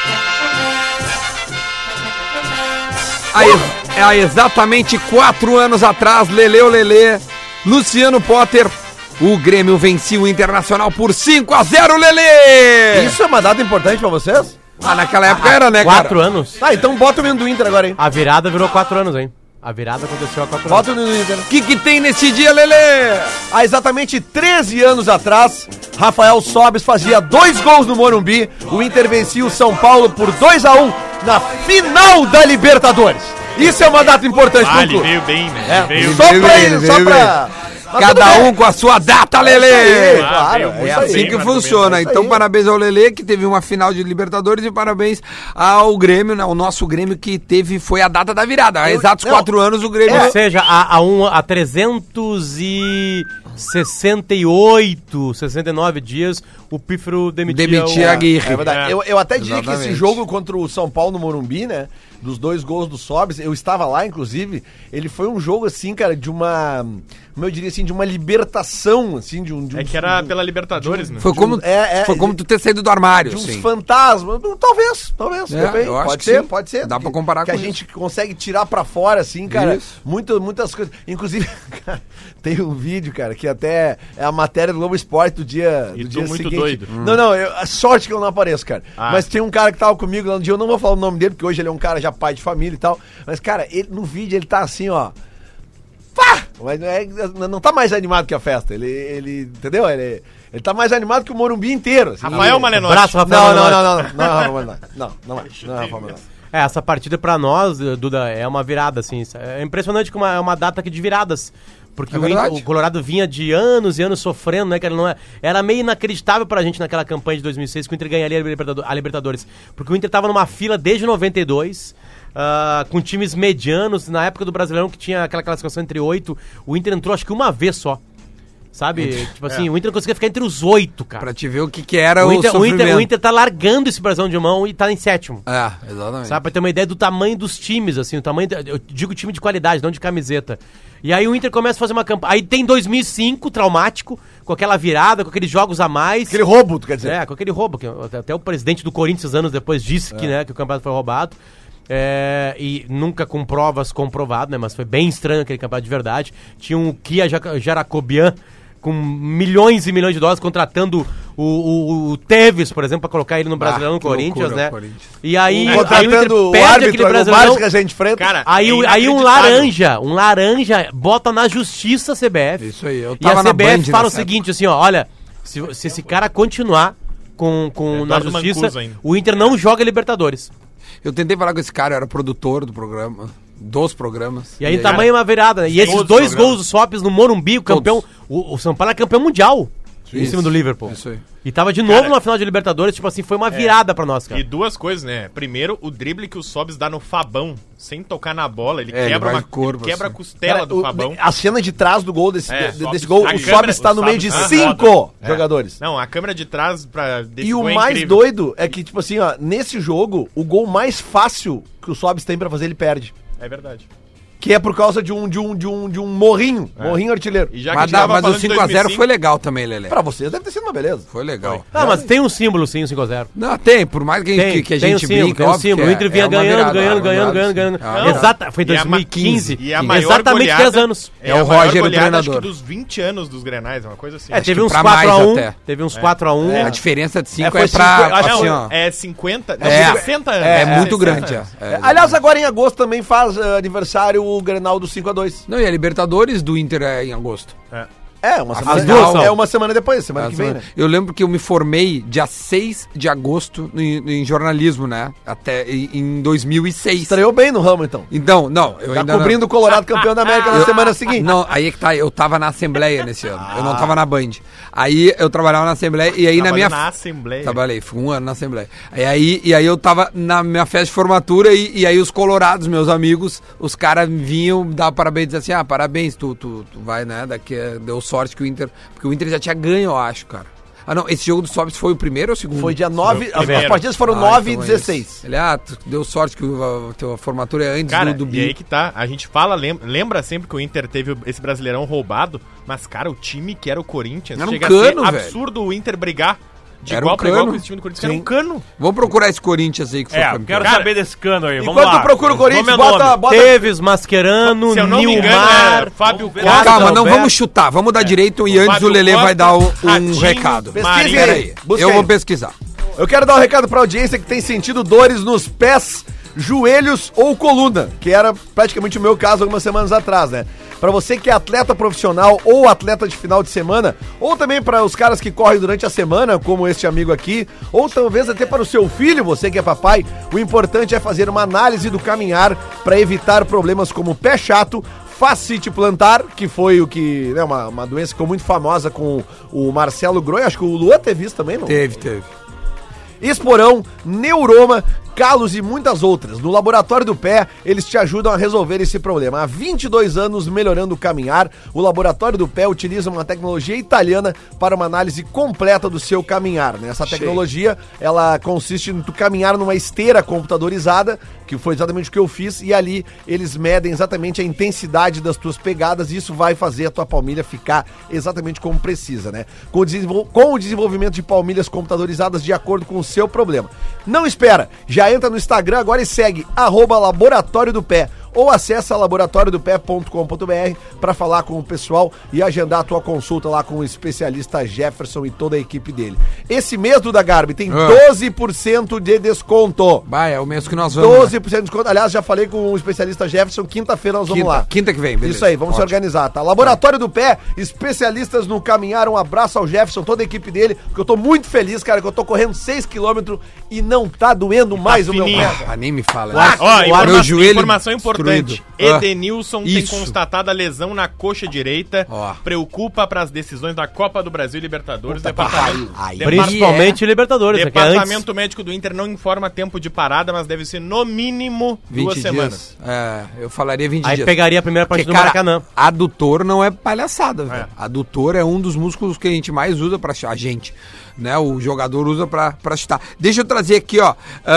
Há exatamente 4 anos atrás, Lelê, Luciano Potter, o Grêmio vencia o Internacional por 5-0, Lelê! Isso é uma data importante pra vocês? Naquela época era, né, 4 anos? Então bota o hino do Inter agora, hein? A virada virou 4 anos, hein? A virada aconteceu há 4 anos. Bota o hino do Inter. O que tem nesse dia, Lelê? Há exatamente 13 anos atrás, Rafael Sobes fazia 2 gols no Morumbi. O Inter vencia o São Paulo por 2-1 na final da Libertadores. Isso é uma data importante pro clube. Veio bem, né? Só pra... Cada um com a sua data, Lelê! Claro, é assim que funciona. Então, parabéns ao Lelê, que teve uma final de Libertadores, e parabéns ao Grêmio, né? O nosso Grêmio, que foi a data da virada. Há exatos 4 anos o Grêmio... Ou seja, há 368, 69 dias, o Pífero demitia a Aguirre. É verdade. Eu até diria que esse jogo contra o São Paulo no Morumbi, né? Dos 2 gols do Sobes, eu estava lá, inclusive, ele foi um jogo, assim, cara, de uma... Como eu diria assim, de uma libertação, assim, que era pela Libertadores, né? Foi como tu ter saído do armário, de uns fantasmas. Talvez. Eu acho pode ser. Dá pra comparar com isso. Que a gente consegue tirar pra fora, assim, cara, muitas coisas. Inclusive, cara, tem um vídeo, cara, que até é a matéria do Globo Esporte do dia muito seguinte. Doido. A sorte que eu não apareço, cara. Mas tem um cara que tava comigo lá no dia, eu não vou falar o nome dele, porque hoje ele é um cara já pai de família e tal. Mas, cara, no vídeo ele tá assim, ó. Pá! Mas não tá mais animado que a festa. Ele entendeu? Ele tá mais animado que o Morumbi inteiro. Assim. Rafael Malenotti. Não, Rafael Malenotti. Essa partida pra nós, Duda, é uma virada, assim. É impressionante que é uma data aqui de viradas. Porque o Colorado vinha de anos e anos sofrendo, né? Que ele era meio inacreditável pra gente naquela campanha de 2006 que o Inter ganharia a Libertadores. Porque o Inter tava numa fila desde 92, com times medianos. Na época do Brasileirão, que tinha aquela classificação entre 8, o Inter entrou acho que uma vez só. Sabe? Tipo assim, o Inter não conseguia ficar entre os 8, cara. Pra te ver o que era o sofrimento. O Inter tá largando esse Brasão de mão e tá em 7º. Exatamente. Sabe? Pra ter uma ideia do tamanho dos times, assim, eu digo time de qualidade, não de camiseta. E aí o Inter começa a fazer uma campanha. Aí tem 2005, traumático, com aquela virada, com aqueles jogos a mais. Aquele roubo, tu quer dizer? Com aquele roubo. Que até o presidente do Corinthians, anos depois, disse que o campeonato foi roubado. E nunca com provas comprovado, né? Mas foi bem estranho aquele campeonato de verdade. Tinha um Kia Jaracobian com milhões e milhões de dólares, contratando o Tevez, por exemplo, pra colocar ele no Brasileirão, no Corinthians, né? E aí contratando o árbitro, Brasileirão, que a gente enfrenta. Cara, aí um laranja bota na justiça a CBF. Isso aí, eu tava na CBF fala o seguinte, assim, ó, olha, se esse cara continuar na justiça, o Inter não joga Libertadores. Eu tentei falar com esse cara, eu era produtor do programa, dos programas. E aí tamanho é uma virada, né? E esses 2 gols do Sobes no Morumbi, o campeão, o São Paulo é campeão mundial. em cima do Liverpool. Isso aí. E tava de novo na final de Libertadores, tipo assim, foi uma virada pra nós, cara. E duas coisas, né? Primeiro, o drible que o Sobis dá no Fabão, sem tocar na bola, ele ele quebra vai uma de corpo, ele quebra assim. a costela do Fabão. A cena de trás do gol desse Sobis- gol, a o câmera- Sobis está o no meio de Sobis- 5 jogadores. Não, a câmera de trás desse E o gol é mais incrível. doido é que, tipo assim, ó, nesse jogo, o gol mais fácil que o Sobis tem pra fazer, ele perde. É verdade. Que é por causa de um morrinho, morrinho artilheiro. E já que a Mas, gente tava mas o falando de 5x0 2005, foi legal também, Lelé. Pra vocês deve ter sido uma beleza. Foi legal. Ah, mas tem um símbolo sim, o 5x0. Não, tem, por mais que a Tem um gente símbolo, brinque, tem um óbvio símbolo. que O Inter vinha uma ganhando, virada, ganhando, uma virada, ganhando, sim. ganhando. Ah, Exata, foi em E a 2015. E a maior Exatamente goleada, 10 anos. É a o maior Roger, o goleada, acho que treinador. dos 20 anos dos Grenais, uma coisa assim. É, teve uns pra mais 4x1. até. Teve uns 4x1. A diferença de 5 foi é pra, cinco- acho- assim, Não, ó, é 50, não, É. 60 anos. é muito 60 grande. anos. Aliás, agora em agosto também faz aniversário o Grenal do 5x2. Não, e a Libertadores do Inter é em agosto. É, uma semana, As duas são. é uma semana depois, semana que vem, né? Eu lembro que eu me formei dia 6 de agosto em jornalismo, né? Até em 2006. Estreou bem no ramo, então. Então, não, eu Tá ainda cobrindo o Colorado campeão da América na semana seguinte. Não, aí é que tá, eu tava na Assembleia nesse ano, eu não tava na Band. Aí eu trabalhava na Assembleia e aí na minha... na Assembleia. Trabalhei, fui um ano na Assembleia. E aí eu tava na minha festa de formatura e aí os colorados, meus amigos, os caras vinham dar parabéns e dizer assim, parabéns, tu vai, né, daqui deu sorte que o Inter... Porque o Inter já tinha ganho, eu acho, cara. Ah, não, esse jogo do Sobis foi o primeiro ou o segundo? Foi dia 9, as primeiro. partidas foram 9 e então é 16. isso. Ele, tu deu sorte que a tua formatura é antes Cara, do e aí bi. que tá, a gente fala, lembra sempre que o Inter teve esse Brasileirão roubado, mas, cara, o time que era o Corinthians, Era um chega cano, a ser velho. absurdo o Inter brigar de Era igual um pra igual cano. com esse time do Corinthians, que era um cano. Vamos procurar esse Corinthians aí que foi campeão. quero Cara, saber desse cano aí. Vamos Enquanto lá. tu procura o Corinthians, Nome é nome. bota... Teves, Mascherano, Se eu não me engano, Nilmar. é Fábio Vamos ver. Costa. Calma, não Alberto. vamos chutar, vamos dar direito e antes Fábio o Lelê Costa, vai dar um Ratinho, recado. Pesquise Marinho. aí. Peraí, Busca eu aí. vou pesquisar. Eu quero dar um recado pra audiência que tem sentido dores nos pés, joelhos ou coluna, que era praticamente o meu caso algumas semanas atrás, né? Pra você que é atleta profissional ou atleta de final de semana, ou também para os caras que correm durante a semana, como este amigo aqui, ou talvez até para o seu filho, você que é papai, o importante é fazer uma análise do caminhar para evitar problemas como pé chato, fascite plantar, que foi o que, né, uma doença que ficou muito famosa com o Marcelo Groi, acho que o Luan teve isso também, não? Teve. Esporão, neuroma, calos e muitas outras. No Laboratório do Pé, eles te ajudam a resolver esse problema. Há 22 anos melhorando o caminhar, o Laboratório do Pé utiliza uma tecnologia italiana para uma análise completa do seu caminhar, né? Essa tecnologia, ela consiste em tu caminhar numa esteira computadorizada, que foi exatamente o que eu fiz, e ali eles medem exatamente a intensidade das tuas pegadas e isso vai fazer a tua palmilha ficar exatamente como precisa, né? Com o desenvolvimento de palmilhas computadorizadas de acordo com o seu problema. Não espera, já entra no Instagram agora e segue @Laboratório do Pé ou acessa laboratoriodopé.com.br para falar com o pessoal e agendar a tua consulta lá com o especialista Jefferson e toda a equipe dele. Esse mês do da Garbi tem 12% de desconto. Bah, é o mês que nós vamos. 12% de desconto. Aliás, já falei com o especialista Jefferson, quinta-feira nós vamos lá. Quinta que vem, beleza. Isso aí, vamos se organizar, tá? Laboratório do Pé, especialistas no caminhar, um abraço ao Jefferson, toda a equipe dele, porque eu tô muito feliz, cara, que eu tô correndo 6 km e não tá doendo mais o meu fininho. pé. Ah, nem me fala. Ó, meu joelho informação importante. destruído. Edenilson tem Isso. constatada lesão na coxa direita. Ó. Preocupa para as decisões da Copa do Brasil e Libertadores. Aí. Principalmente Libertadores, é que é antes. Departamento médico do Inter não informa tempo de parada, mas deve ser no mínimo 20 duas dias. semanas. É, eu falaria 20 Aí dias. pegaria a primeira Porque, partida do Maracanã. adutor não é palhaçada, velho. Adutor é um dos músculos que a gente mais usa pra a gente, né? O jogador usa pra chutar. Deixa eu trazer aqui, ó,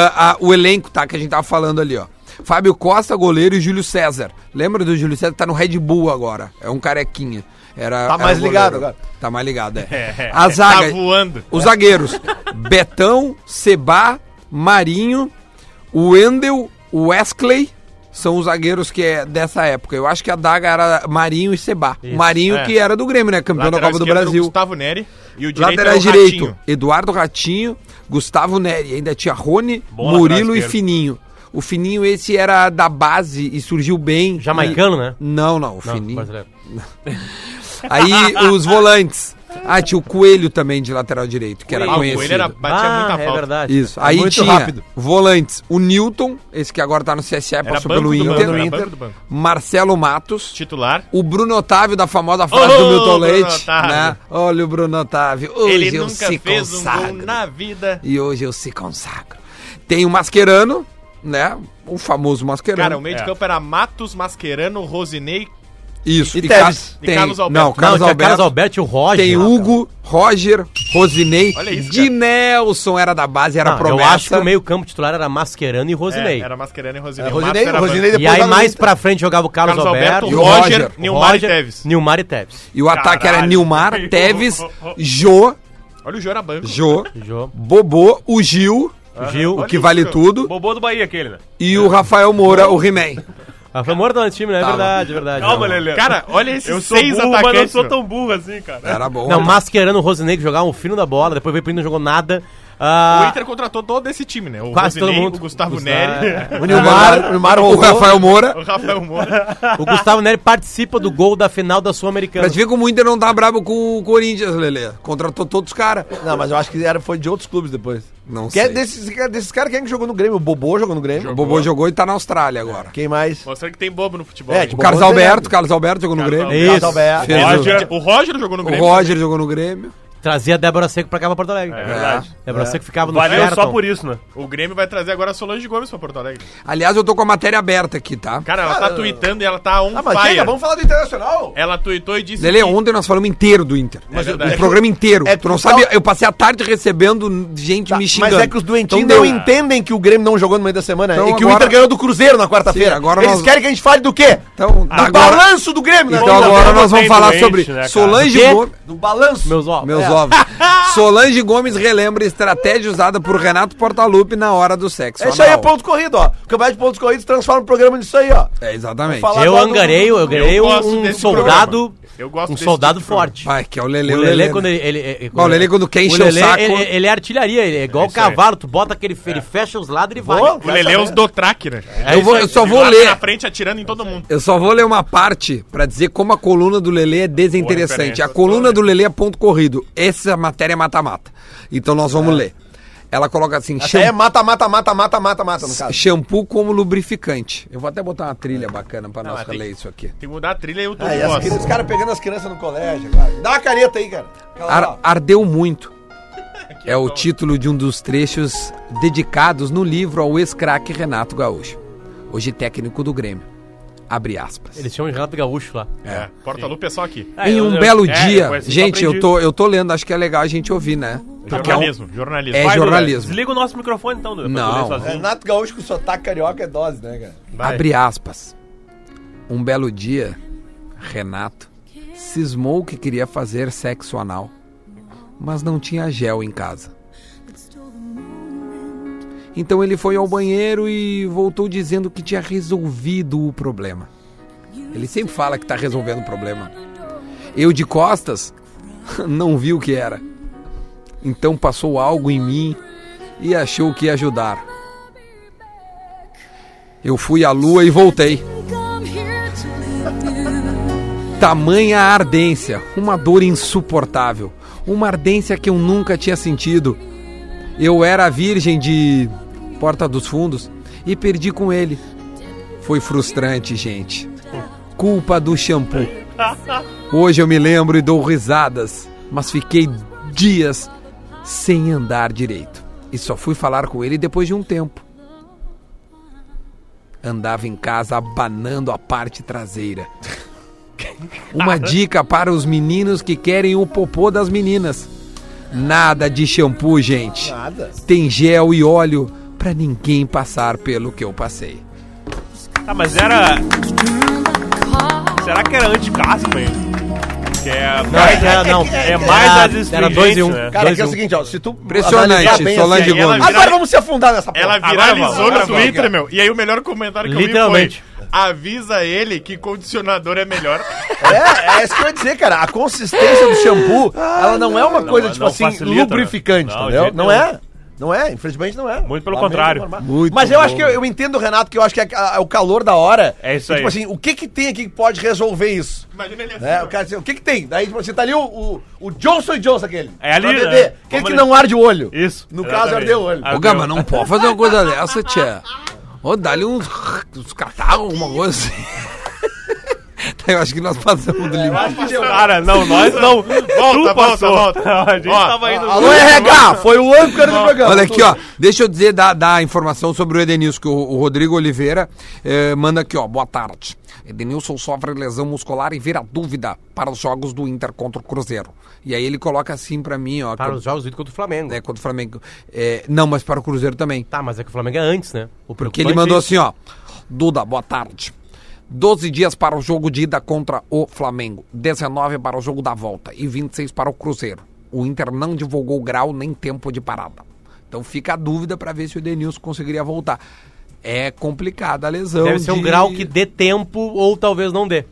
o elenco, tá? Que a gente tava falando ali, ó. Fábio Costa, goleiro, e Júlio César. Lembra do Júlio César? Tá no Red Bull agora. É um carequinha. Tá mais ligado agora. Tá mais ligado, é. A zaga. Tá voando. Os zagueiros. Betão, Seba, Marinho, o Wendel, o Wesley. São os zagueiros que é dessa época. Eu acho que a daga era Marinho e Seba. Isso. Marinho que era do Grêmio, né? Campeão da Lateral Copa do esquerdo, Brasil. Gustavo Neri. E o direito Lateral é o direito, Ratinho. Eduardo Ratinho, Gustavo Neri. Ainda tinha Rony, Bom Murilo lateral e esquerdo. Fininho. O Fininho esse era da base e surgiu bem. Jamaicano, né? Não, o Não, Fininho. brasileiro. Aí os volantes. Tinha o Coelho também de lateral direito, que era O conhecido. Coelho batia muita é falta. verdade. Isso. Aí muito tinha rápido. volantes, o Newton, esse que agora tá no CSE, Era passou banco pelo do banco, Inter, era banco do banco. Marcelo Matos, Titular. o Bruno Otávio da famosa frase Ô, do Milton Bruno Leite, Otávio. né? Olha o Bruno Otávio, hoje Ele eu nunca se fez um consagro. gol na vida. E hoje eu se consagro. Tem o Mascherano, né? O famoso Mascherano. Cara, o meio de campo era Matos, Mascherano, Rosinei. Isso. E Tevez. E Carlos Alberto. Não, Carlos Tinha Alberto. Carlos Alberto e o Roger. Tem Hugo, Roger, Rosinei, Olha isso, de Nelson era da base, era Não, promessa. eu acho que o meio campo titular era Mascherano e Rosinei. Era Mascherano e Rosinei. É, O Matos Rosinei, era Rosinei banco. E depois aí lá no mais Inter. pra frente jogava o Carlos Alberto, e o Roger, Roger, Nilmar e Tevez. Nilmar e Tevez. E o ataque era Caralho. Nilmar, Tevez, Jô, Olha o Jô era banco. Jô. Bobô, o Gil, Gil. o que vale tudo, Bobô do Bahia, aquele, né? e o Rafael Moura, o He-Man. Foi morto nesse time, né? É Tava. verdade, é verdade. Calma, Não. Lelê. Cara, olha esses Eu sou 6 burro, mas não atacantes. sou meu. tão burro assim, cara. Era bom. Não, Mascherano, o Rosinei que jogava um fino da bola, depois veio pro Inter, não jogou nada. O Inter contratou todo esse time, né? O Quase todo Rosinei, mundo. o Gustavo Gustavo- Neri, O Nilmar o voltou. Rafael Moura. o Rafael Moura. O Gustavo Neri participa do gol da final da Sul-Americana. Pra te ver como o Inter não tá brabo com o Corinthians, Lelê. Contratou todos os caras. Não, mas eu acho que foi de outros clubes depois. Não Que é sei. desses caras, quem é que jogou no Grêmio? O Bobô jogou no Grêmio. O Bobô jogou e tá na Austrália agora. Quem mais? Mostrando que tem bobo no futebol. É, hein? tipo, O Carlos Bobô Alberto, Carlos Alberto jogou no Carlos Grêmio. Isso. Carlos Alberto. Fez O Roger jogou no o Grêmio. Roger jogou no Grêmio. Trazia a Débora Seco pra cá pra Porto Alegre. É verdade. Débora Seco ficava no Valeu Sheraton. só por isso, né? O Grêmio vai trazer agora a Solange Gomes pra Porto Alegre. Aliás, eu tô com a matéria aberta aqui, tá? Cara, ela tá tweetando e ela tá on Mas fire. chega, vamos falar do Internacional. Ela tweetou e disse Lelê, ontem nós falamos inteiro do Inter. É verdade. O programa inteiro. É, tu não tu sabe, fala- eu passei a tarde recebendo gente me xingando. Mas é que os doentinhos Então não deu. entendem que o Grêmio não jogou no meio da semana Então e que o agora- Inter ganhou do Cruzeiro na quarta-feira. Sim, agora Eles nós- querem que a gente fale do quê? Então, Do agora, balanço do Grêmio, né? então agora nós vamos tem falar doente, sobre né, cara? Solange Do quê? Gomes. Do balanço. Meus ovos. Meus ovos. Solange Gomes relembra a estratégia usada por Renato Portaluppi na hora do sexo. É isso aí, é anal. ponto corrido, ó. O campeonato de pontos corridos transforma o programa nisso aí, ó. É, exatamente. Vamos falar Eu agora do- angarei Eu gosto um desse soldado, programa. Eu gosto um desse soldado tipo de programa. forte. Vai, que é o Lelê. O Lelê, quando ele Bom, o Lelê, quando quer encher o Lelê, saco- ele é artilharia, ele é igual o isso aí. cavalo, tu bota aquele, ele fecha os lados e vai. Boa. O Lelê é os do track, né? Eu só Ele vou lá ler. na frente atirando em todo mundo. Eu só vou ler uma parte pra dizer como a coluna do Lelê é desinteressante. referência. A coluna do Lelê é ponto corrido. Essa matéria é mata-mata. Então nós vamos ler. Ela coloca assim, Essa aí é mata, no caso. shampoo como lubrificante. Eu vou até botar uma trilha bacana pra nós mas tem- ler isso aqui. Tem que mudar a trilha e o todo Aí, gosta. os caras pegando as crianças no colégio agora. Dá uma careta aí, cara. Ardeu muito. É o título de um dos trechos dedicados no livro ao ex-craque Renato Gaúcho. Hoje técnico do Grêmio. Abre aspas. Eles chamam de Renato Gaúcho lá. É, Porta-Lupe é só aqui. Em um belo dia, eu conheci, gente, só aprendi. eu tô lendo, acho que é legal a gente ouvir, né? Porque Jornalismo, jornalismo. É Vai, Duda, jornalismo. Desliga o nosso microfone então, Duda, pra tu Não. ler sozinho. Renato Gaúcho com sotaque carioca é dose, né, cara? Vai. Abre aspas. Um belo dia, Renato cismou que queria fazer sexo anal, mas não tinha gel em casa. Então ele foi ao banheiro e voltou dizendo que tinha resolvido o problema. Ele sempre fala que tá resolvendo o problema. Eu de costas não vi o que era. Então passou algo em mim e achou que ia ajudar. Eu fui à lua e voltei. Tamanha ardência, uma dor insuportável, uma ardência que eu nunca tinha sentido. Eu era virgem de Porta dos Fundos e perdi com ele. Foi frustrante, gente. Culpa do shampoo. Hoje eu me lembro e dou risadas, mas fiquei dias sem andar direito. E só fui falar com ele depois de um tempo. Andava em casa abanando a parte traseira. Uma dica para os meninos que querem o popô das meninas. Nada de shampoo, gente. Nada. Tem gel e óleo pra ninguém passar pelo que eu passei. Ah, mas era... Será que era anti-caspa, hein? Que é mais, é mais as Era 2 e 1. né? Cara, Dois que é e o um. seguinte, ó, se tu Impressionante, analisar bem Solange assim, ela Gomes. vira- Agora vamos se afundar nessa porra. Ela Agora viralizou vamos, no Twitter, meu. E aí o melhor comentário que Literalmente. eu vi foi: avisa ele que condicionador é melhor. É isso que eu ia dizer, cara. A consistência do shampoo, ela não é uma coisa, não, tipo não assim, facilita, lubrificante, né? Não, de entendeu? jeito Não nenhum. é. Não é, infelizmente não é. Muito pelo Lamento contrário. informar. Muito Mas eu bom. acho que eu entendo o Renato, que eu acho que é o calor da hora. É isso E, aí. Tipo assim, o que tem aqui que pode resolver isso? Imagina ele assim. Né? O cara diz, o que tem? Daí, tipo assim, tá ali o Johnson e Johnson aquele. É ali, Pra né? beber. Aquele Vamos que ali. não arde o olho. Isso. No exatamente. caso, ardeu o olho. Ô, Gama, não pode fazer uma coisa dessa, tia. Ô, dá-lhe uns catarros, alguma coisa assim. Eu acho que nós passamos do limite. Cara, não, nós não. Volta. A gente Ó, tava indo. Alô, RH! Foi o âncora do programa. Olha aqui, ó. Deixa eu dizer, dar a informação sobre o Edenilson, que o Rodrigo Oliveira manda aqui, ó. Boa tarde. Edenilson sofre lesão muscular e vira dúvida para os jogos do Inter contra o Cruzeiro. E aí ele coloca assim pra mim, ó. Para os jogos do Inter contra o Flamengo. Contra o Flamengo. Não, mas para o Cruzeiro também. Tá, mas é que o Flamengo é antes, né? Porque ele mandou assim, ó. Duda, boa tarde. 12 dias para o jogo de ida contra o Flamengo, 19 para o jogo da volta e 26 para o Cruzeiro. O Inter não divulgou grau nem tempo de parada. Então fica a dúvida para ver se o Edenilson conseguiria voltar. É complicada a lesão. Deve ser um grau que dê tempo ou talvez não dê.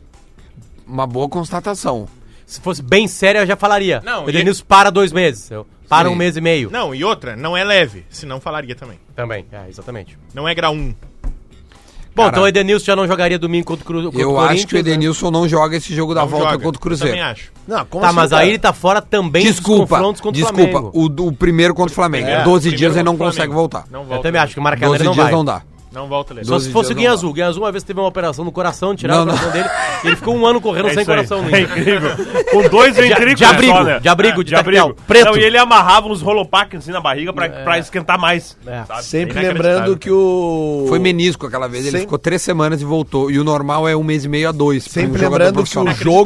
Uma boa constatação. Se fosse bem sério, eu já falaria. Não, o Edenilson para 2 meses. Para Sim. 1 mês e meio. Não, e outra, não é leve, senão falaria também. Também, exatamente. Não é grau 1. Bom, Cara, então o Edenilson já não jogaria domingo contra o Corinthians. Eu acho que o Edenilson não joga esse jogo da Não volta joga. contra o Cruzeiro. Também acho. Não, como Tá, assim, mas cara? aí ele tá fora também dos Desculpa, confrontos contra o Flamengo. o primeiro contra o Flamengo. 12 dias ele não consegue voltar. Não Eu volta. também acho que o Maracanã 12 não dias vai. não dá. Não volta, Lê. Só se 12 fosse o dias Guinha não Azul. O Guinha Azul uma vez teve uma operação no coração, tiraram o Não, coração dele e ele ficou um ano correndo sem isso aí. coração. É incrível. Com 2 ventrículos de abrigo, só, né? de abrigo, de abrigo. tactel, preto. Não, e ele amarrava uns rolopaques assim na barriga pra esquentar mais. sabe? Sempre Inacreditável. lembrando que o... Foi menisco aquela vez, ele Sem- ficou 3 semanas e voltou. E o normal é 1 mês e meio a 2. Sempre lembrando que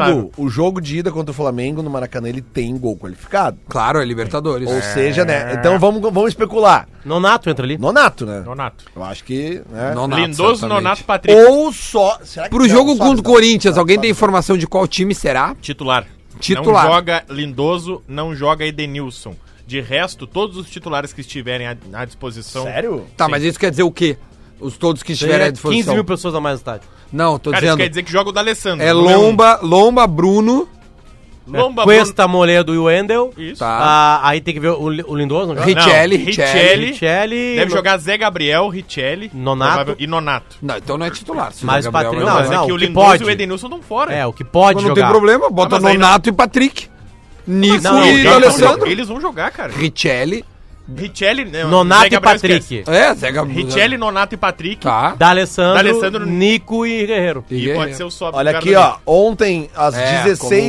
o jogo de ida contra o Flamengo no Maracanã, ele tem gol qualificado. Claro, é Libertadores. Ou seja, né? Então vamos especular. Nonato entra ali. Nonato, né? Nonato. Eu acho que... Né? Nonato, Lindoso, certamente. Nonato, Patrick. Ou só... Será que Pro não, jogo Soares contra o não. Corinthians, alguém tem Soares informação de qual time será? Titular. Titular. Não joga Lindoso, não joga Edenilson. De resto, todos os titulares que estiverem à disposição... não. Sério? Tá, Sim. mas isso quer dizer o quê? Os todos que estiverem à Seria disposição. 15 mil pessoas a mais no estádio. Não, tô Cara, isso dizendo. quer dizer que joga o D'Alessandro. É número Lomba, Bruno. Lomba, Cuesta, Moledo e o Wendel. Isso. Tá. Aí tem que ver o Lindoso, não joga? Richelli. Richelli. Deve jogar Zé Gabriel, Richelli. Nonato. provável- E Nonato. Não, então não é titular. Se Mas o o Gabriel Patrick- vai não, jogar. Mas não, é que o o que Lindoso pode. e o Edenilson estão fora. É, o que pode Mas não jogar. tem problema, bota mas aí Nonato e Patrick. Nico Não, e eles D'Alessandro. Eles vão jogar, cara. Richelli. Richelli... não, Nonato Zé e Gabriel Patrick. esquece. É, Zé Gabriel. Richelli, Nonato e Patrick. Tá. D'Alessandro, Nico e Guerreiro. E Guerreiro. pode ser o Sobe. Olha aqui, ó. Ontem, às É,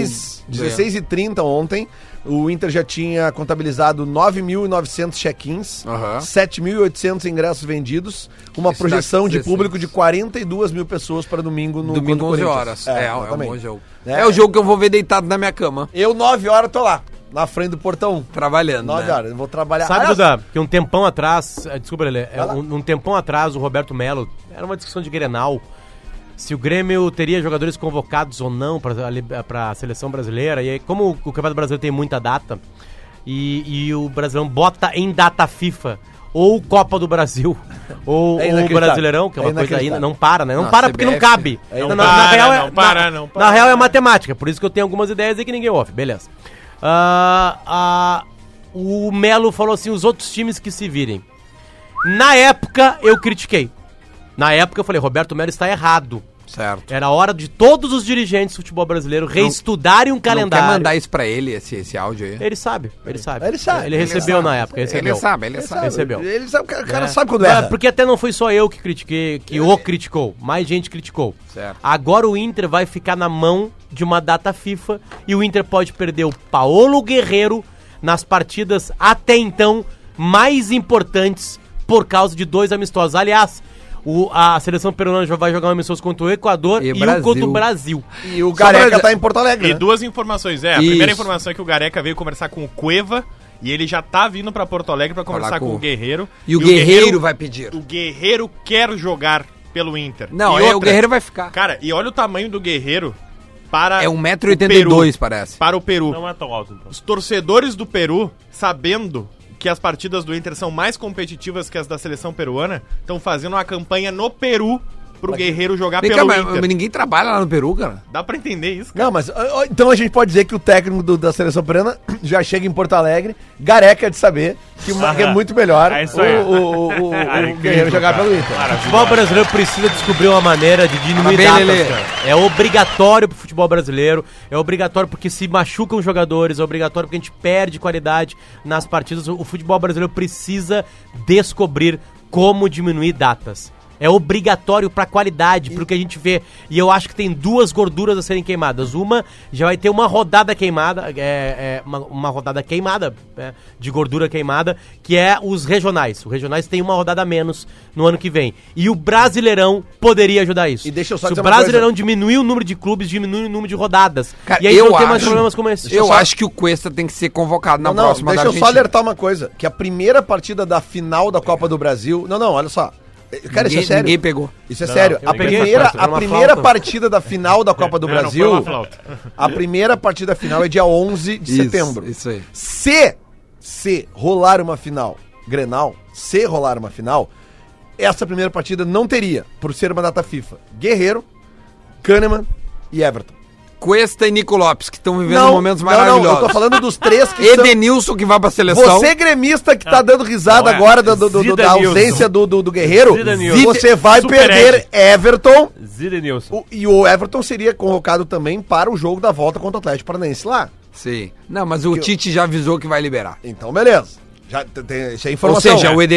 16h30 ontem, o Inter já tinha contabilizado 9.900 check-ins, Aham. 7.800 ingressos vendidos, uma Isso projeção dá de 16. público de 42 mil pessoas para domingo no Domingo contra o 11 Corinthians. horas. É um exatamente. bom jogo. É. É o jogo que eu vou ver deitado na minha cama, Eu, 9 horas, tô lá, na frente do portão. trabalhando. 9 né? horas, eu vou trabalhar. Sabe, Aliás, Duda, que um tempão atrás, desculpa, Lelê, Vai lá. um tempão atrás o Roberto Melo, era uma discussão de Grenal, se o Grêmio teria jogadores convocados ou não para a seleção brasileira, e aí, como o Campeonato Brasileiro tem muita data, e o Brasileirão bota em data FIFA, ou Copa do Brasil, ou o inacreditável. Brasileirão, que é uma É coisa ainda, inacreditável. não para, né? Não Não, para a porque não CBF cabe. não Na para, real, não para, não para. Na real é matemática, por isso que eu tenho algumas ideias aí que ninguém ouve, beleza. O Melo falou assim, os outros times que se virem. Na época, eu critiquei. Na época, eu falei, Roberto Melo está errado. Certo. Era hora de todos os dirigentes do futebol brasileiro reestudarem um calendário. Não quer mandar isso pra ele, esse áudio aí? Ele sabe, ele sabe. Ele sabe, Ele ele recebeu sabe. na época, recebeu. Ele sabe. Recebeu. Ele sabe, o cara É. sabe quando É, erra. porque até não foi só eu que critiquei, que o criticou. Mais gente criticou. Certo. Agora o Inter vai ficar na mão de uma data FIFA e o Inter pode perder o Paolo Guerreiro nas partidas até então mais importantes por causa de 2 amistosos. Aliás, a seleção peruana já vai jogar um amistoso contra o Equador e Brasil. um contra o Brasil. E o Gareca pra- tá em Porto Alegre, E né? duas informações. A Isso. primeira informação é que o Gareca veio conversar com o Cueva e ele já tá vindo pra Porto Alegre pra conversar com com o- o Guerreiro. E o Guerreiro vai pedir. O Guerreiro quer jogar pelo Inter. Não, E o outra, Guerreiro vai ficar. Cara, e olha o tamanho do Guerreiro para É o 1,82 m, parece. Para o Peru. Não é tão alto, então. Os torcedores do Peru, sabendo que as partidas do Inter são mais competitivas que as da seleção peruana, estão fazendo uma campanha no Peru pro Guerreiro jogar Vem pelo cá, Inter. mas ninguém trabalha lá no Peru, cara. Dá pra entender isso, cara. Não, mas então a gente pode dizer que o técnico da seleção peruana já chega em Porto Alegre, gareca de saber que é muito melhor É isso aí. o Cara, incrível, Guerreiro jogar cara. pelo Inter. O futebol brasileiro precisa descobrir uma maneira de diminuir Parabéns, datas, Lelê. cara. É obrigatório pro futebol brasileiro, é obrigatório porque se machucam os jogadores, é obrigatório porque a gente perde qualidade nas partidas. O futebol brasileiro precisa descobrir como diminuir datas. É obrigatório pra qualidade, pro que a gente vê. E eu acho que tem duas gorduras a serem queimadas. Uma, já vai ter uma rodada queimada, uma rodada queimada, de gordura queimada, que é os regionais. Os regionais tem uma rodada a menos no ano que vem. E o Brasileirão poderia ajudar isso. E deixa eu só Se dizer o uma Brasileirão coisa. diminuir o número de clubes, diminui o número de rodadas. Cara, e aí eu não tem mais acho- problemas como esse. Eu acho que o Cuesta tem que ser convocado na Não, próxima deixa da eu só Argentina. alertar uma coisa, que a primeira partida da final da Copa do Brasil... Não, olha só. Cara, isso é sério. Ninguém pegou. Isso é sério. eu A peguei, primeira, faz parte, a uma primeira flauta. partida da final da Copa do Não foi Brasil... uma flauta. A primeira partida final é dia 11 de setembro. Isso aí. Se rolar uma final, Grenal, se rolar uma final, essa primeira partida não teria, por ser uma data FIFA, Guerreiro, Kahneman e Everton. Cuesta e Nico Lopes, que estão vivendo momentos maravilhosos. eu tô falando dos três que são... Edenilson, que vai pra seleção. Você, gremista, que tá dando risada não é. agora da Zidanilson. ausência do Guerreiro, Zidanilson. você vai Super perder Ed. Everton, Zidenilson. e o Everton seria convocado também para o jogo da volta contra o Atlético Paranaense lá. Sim. Não, mas o Tite já avisou que vai liberar. Então, beleza. Já tem, isso é Ou informação. seja, né? o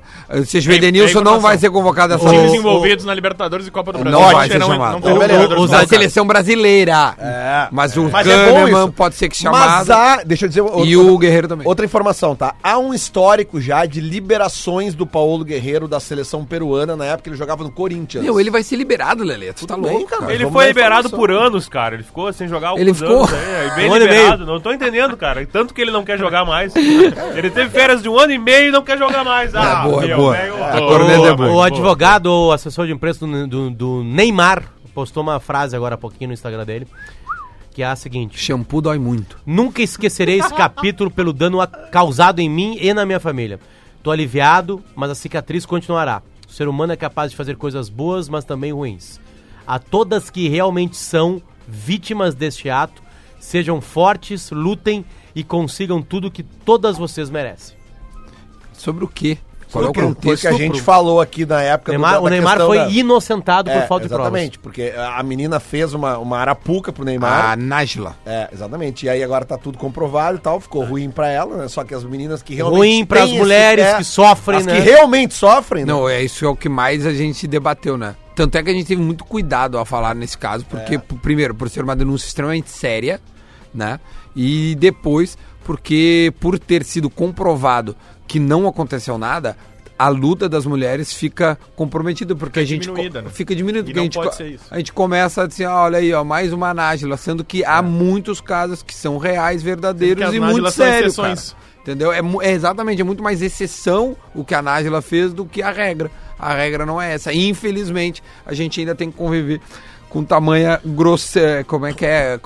Edenilson não vai ser convocado dessa Times vez. envolvidos na Libertadores e Copa do Brasil. Não A vai gente ser não chamado. terão Beleza. jogadores Da convocados. seleção brasileira. É. Mas o Mas é bom Kahneman isso. pode ser que Mas chamado. deixa eu dizer... E o Guerreiro também. Outra informação, tá? Há um histórico já de liberações do Paulo Guerreiro da seleção peruana na época que ele jogava no Corinthians. Meu, ele vai ser liberado, Lelê. Tu tá bem, louco, cara. cara. Ele vamos foi dar liberado informação. por anos, cara. Ele ficou sem jogar Ele ficou bem um ano e liberado. Não tô entendendo, cara. Tanto que ele não quer jogar mais. Ele teve férias de 1 ano e meio e não quer jogar mais. Ah, boa, é meu, boa. velho. A corneta é boa. O advogado ou assessor de imprensa do Neymar postou uma frase agora há pouquinho no Instagram dele, que é a seguinte: Shampoo dói muito. nunca esquecerei esse capítulo pelo dano causado em mim e na minha família. Tô aliviado, mas a cicatriz continuará. O ser humano é capaz de fazer coisas boas, mas também ruins. A todas que realmente são vítimas deste ato, sejam fortes, lutem e consigam tudo que todas vocês merecem. Sobre o quê? Qual é o Porque contexto? a gente falou aqui na época O Neymar questão foi da- inocentado por falta de provas. exatamente, porque a menina fez uma arapuca pro Neymar. A Nájila. Exatamente. E aí agora tá tudo comprovado e tal, ficou ruim pra ela, né? Só que as meninas que realmente Ruim pras têm mulheres que sofrem, as né? que realmente sofrem, né? Não, isso é o que mais a gente debateu, né? Tanto é que a gente teve muito cuidado ao falar nesse caso, porque, primeiro, por ser uma denúncia extremamente séria, né? E depois, porque por ter sido comprovado que não aconteceu nada, a luta das mulheres fica comprometida, porque a gente diminuída, né? fica diminuída, E porque não pode ser isso. a gente começa a dizer, olha aí, ó, mais uma Nájila, sendo que há muitos casos que são reais, verdadeiros Sendo que e as muito Nájilas são sérios, cara. exceções. Entendeu? Exatamente, é muito mais exceção o que a Nájila fez do que a regra. A regra não é essa. Infelizmente, a gente ainda tem que conviver com tamanha grossa, como é que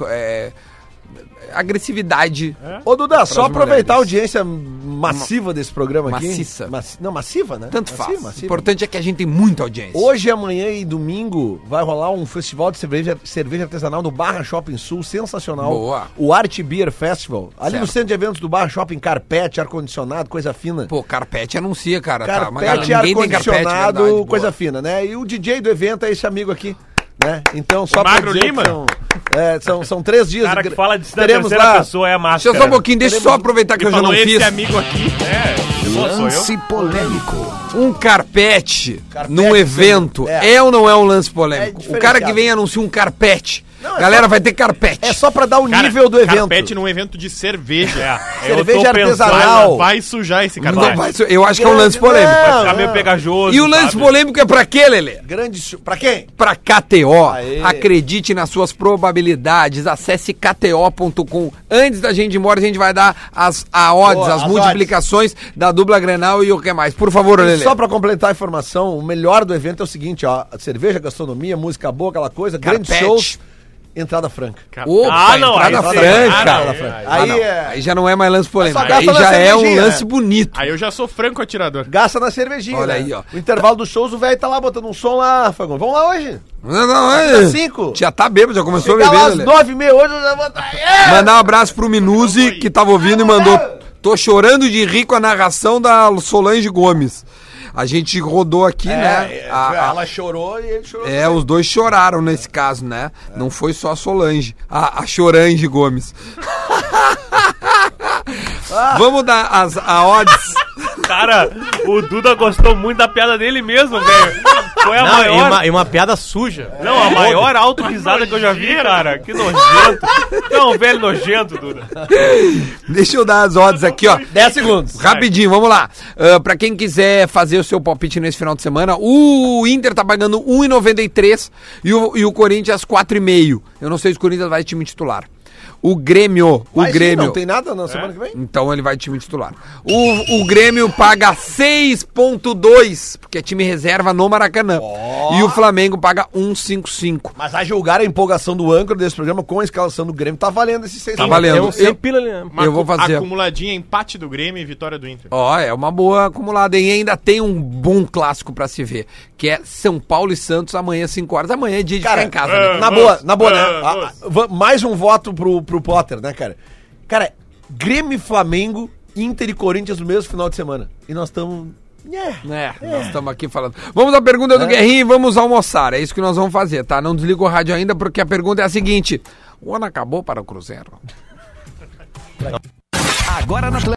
é agressividade. Ô, Duda, só Pras aproveitar a mulheres. audiência massiva desse programa aqui. Maciça. Não, massiva, né? Tanto Massiva, faz. O massiva. importante é que a gente tem muita audiência. Hoje, amanhã e domingo vai rolar um festival de cerveja artesanal no Barra Shopping Sul, sensacional. Boa. O Art Beer Festival. Ali Certo. no centro de eventos do Barra Shopping, carpete, ar-condicionado, coisa fina. Pô, carpete anuncia, cara. Carpete, ar-condicionado, coisa fina, né? E o DJ do evento é esse amigo aqui, né? Então, só O Magro Lima? são 3 dias. O cara que fala de teremos terceira lá. pessoa é a Deixa máscara. eu só um pouquinho, deixa eu só aproveitar que eu já não Falou esse fiz. amigo aqui. Lance polêmico. Um carpete, Carpete, num evento é. é ou não é um lance polêmico? É O cara que vem e anuncia um carpete. Não, é Galera, só- vai ter carpete. É só pra dar o Cara, nível do evento. Carpete num evento de cerveja. Eu Cerveja tô pensando, artesanal. Vai sujar esse Não carpete. vai ser- eu acho que é um lance polêmico. Não, Ficar meio pegajoso. E o lance sabe? polêmico é pra quê, Lelê? Pra quem? Pra KTO. Aê. Acredite nas suas probabilidades. Acesse kto.com. Antes da gente ir embora, a gente vai dar as odds, Boa, as as multiplicações da dupla Grenal e o que mais. Por favor, Lelê. Só pra completar a informação, o melhor do evento é o seguinte, ó, cerveja, gastronomia, música boa, aquela coisa, grandes Carpete. shows entrada franca. Opa, não, entrada aí franca. Aí Já não é mais lance polêmico. Só gasta Aí na já é um cervejinha. lance bonito. Aí eu já sou franco atirador. gasta na cervejinha. Olha né? aí, ó. O intervalo dos shows, o velho tá lá botando um som lá, Fagão. Vamos lá hoje? Não, Às 5. Já tá bêbado, já começou a Chegar lá beber. às Né? 9h30 hoje, eu já vou estar... Mandar um abraço pro Minuzi, que tava ouvindo e mandou: tô chorando de rir com a narração da Solange Gomes. A gente rodou aqui, né? Ela chorou e ele chorou. Os dois choraram nesse caso, né? Não foi só a Solange, a Chorange Gomes. Vamos dar a odds. Cara, o Duda gostou muito da piada dele mesmo, velho. Foi a maior... E uma piada suja. Não, a maior auto-risada que eu já vi, cara. Que nojento. É um velho nojento, Duda. Deixa eu dar as odds aqui, ó. 10 segundos. Rapidinho, vamos lá. Pra quem quiser fazer o seu palpite nesse final de semana, o Inter tá pagando 1,93 e o Corinthians 4,5. Eu não sei se o Corinthians vai time titular. O Grêmio, Não tem nada na semana que vem? então ele vai time titular. O Grêmio paga 6,2, porque é time reserva no Maracanã. E o Flamengo paga 1,55. Mas a julgar a empolgação do âncora desse programa com a escalação do Grêmio, tá valendo esses 6 Tá valendo. Tem um 100 pila ali, né? Eu vou fazer. Acumuladinha, empate do Grêmio e vitória do Inter. Ó, é uma boa acumulada. E ainda tem um bom clássico pra se ver, que é São Paulo e Santos amanhã às 5 horas. Amanhã é dia de Cara, ficar em casa, né? Na boa, né? Mais um voto pro Potter, né, cara? Cara, Grêmio e Flamengo, Inter e Corinthians no mesmo final de semana. E nós estamos... Nós estamos aqui falando. Vamos à pergunta do Guerrinho e vamos almoçar. É isso que nós vamos fazer, tá? Não desliga o rádio ainda, porque a pergunta é a seguinte: o ano acabou para o Cruzeiro? Agora na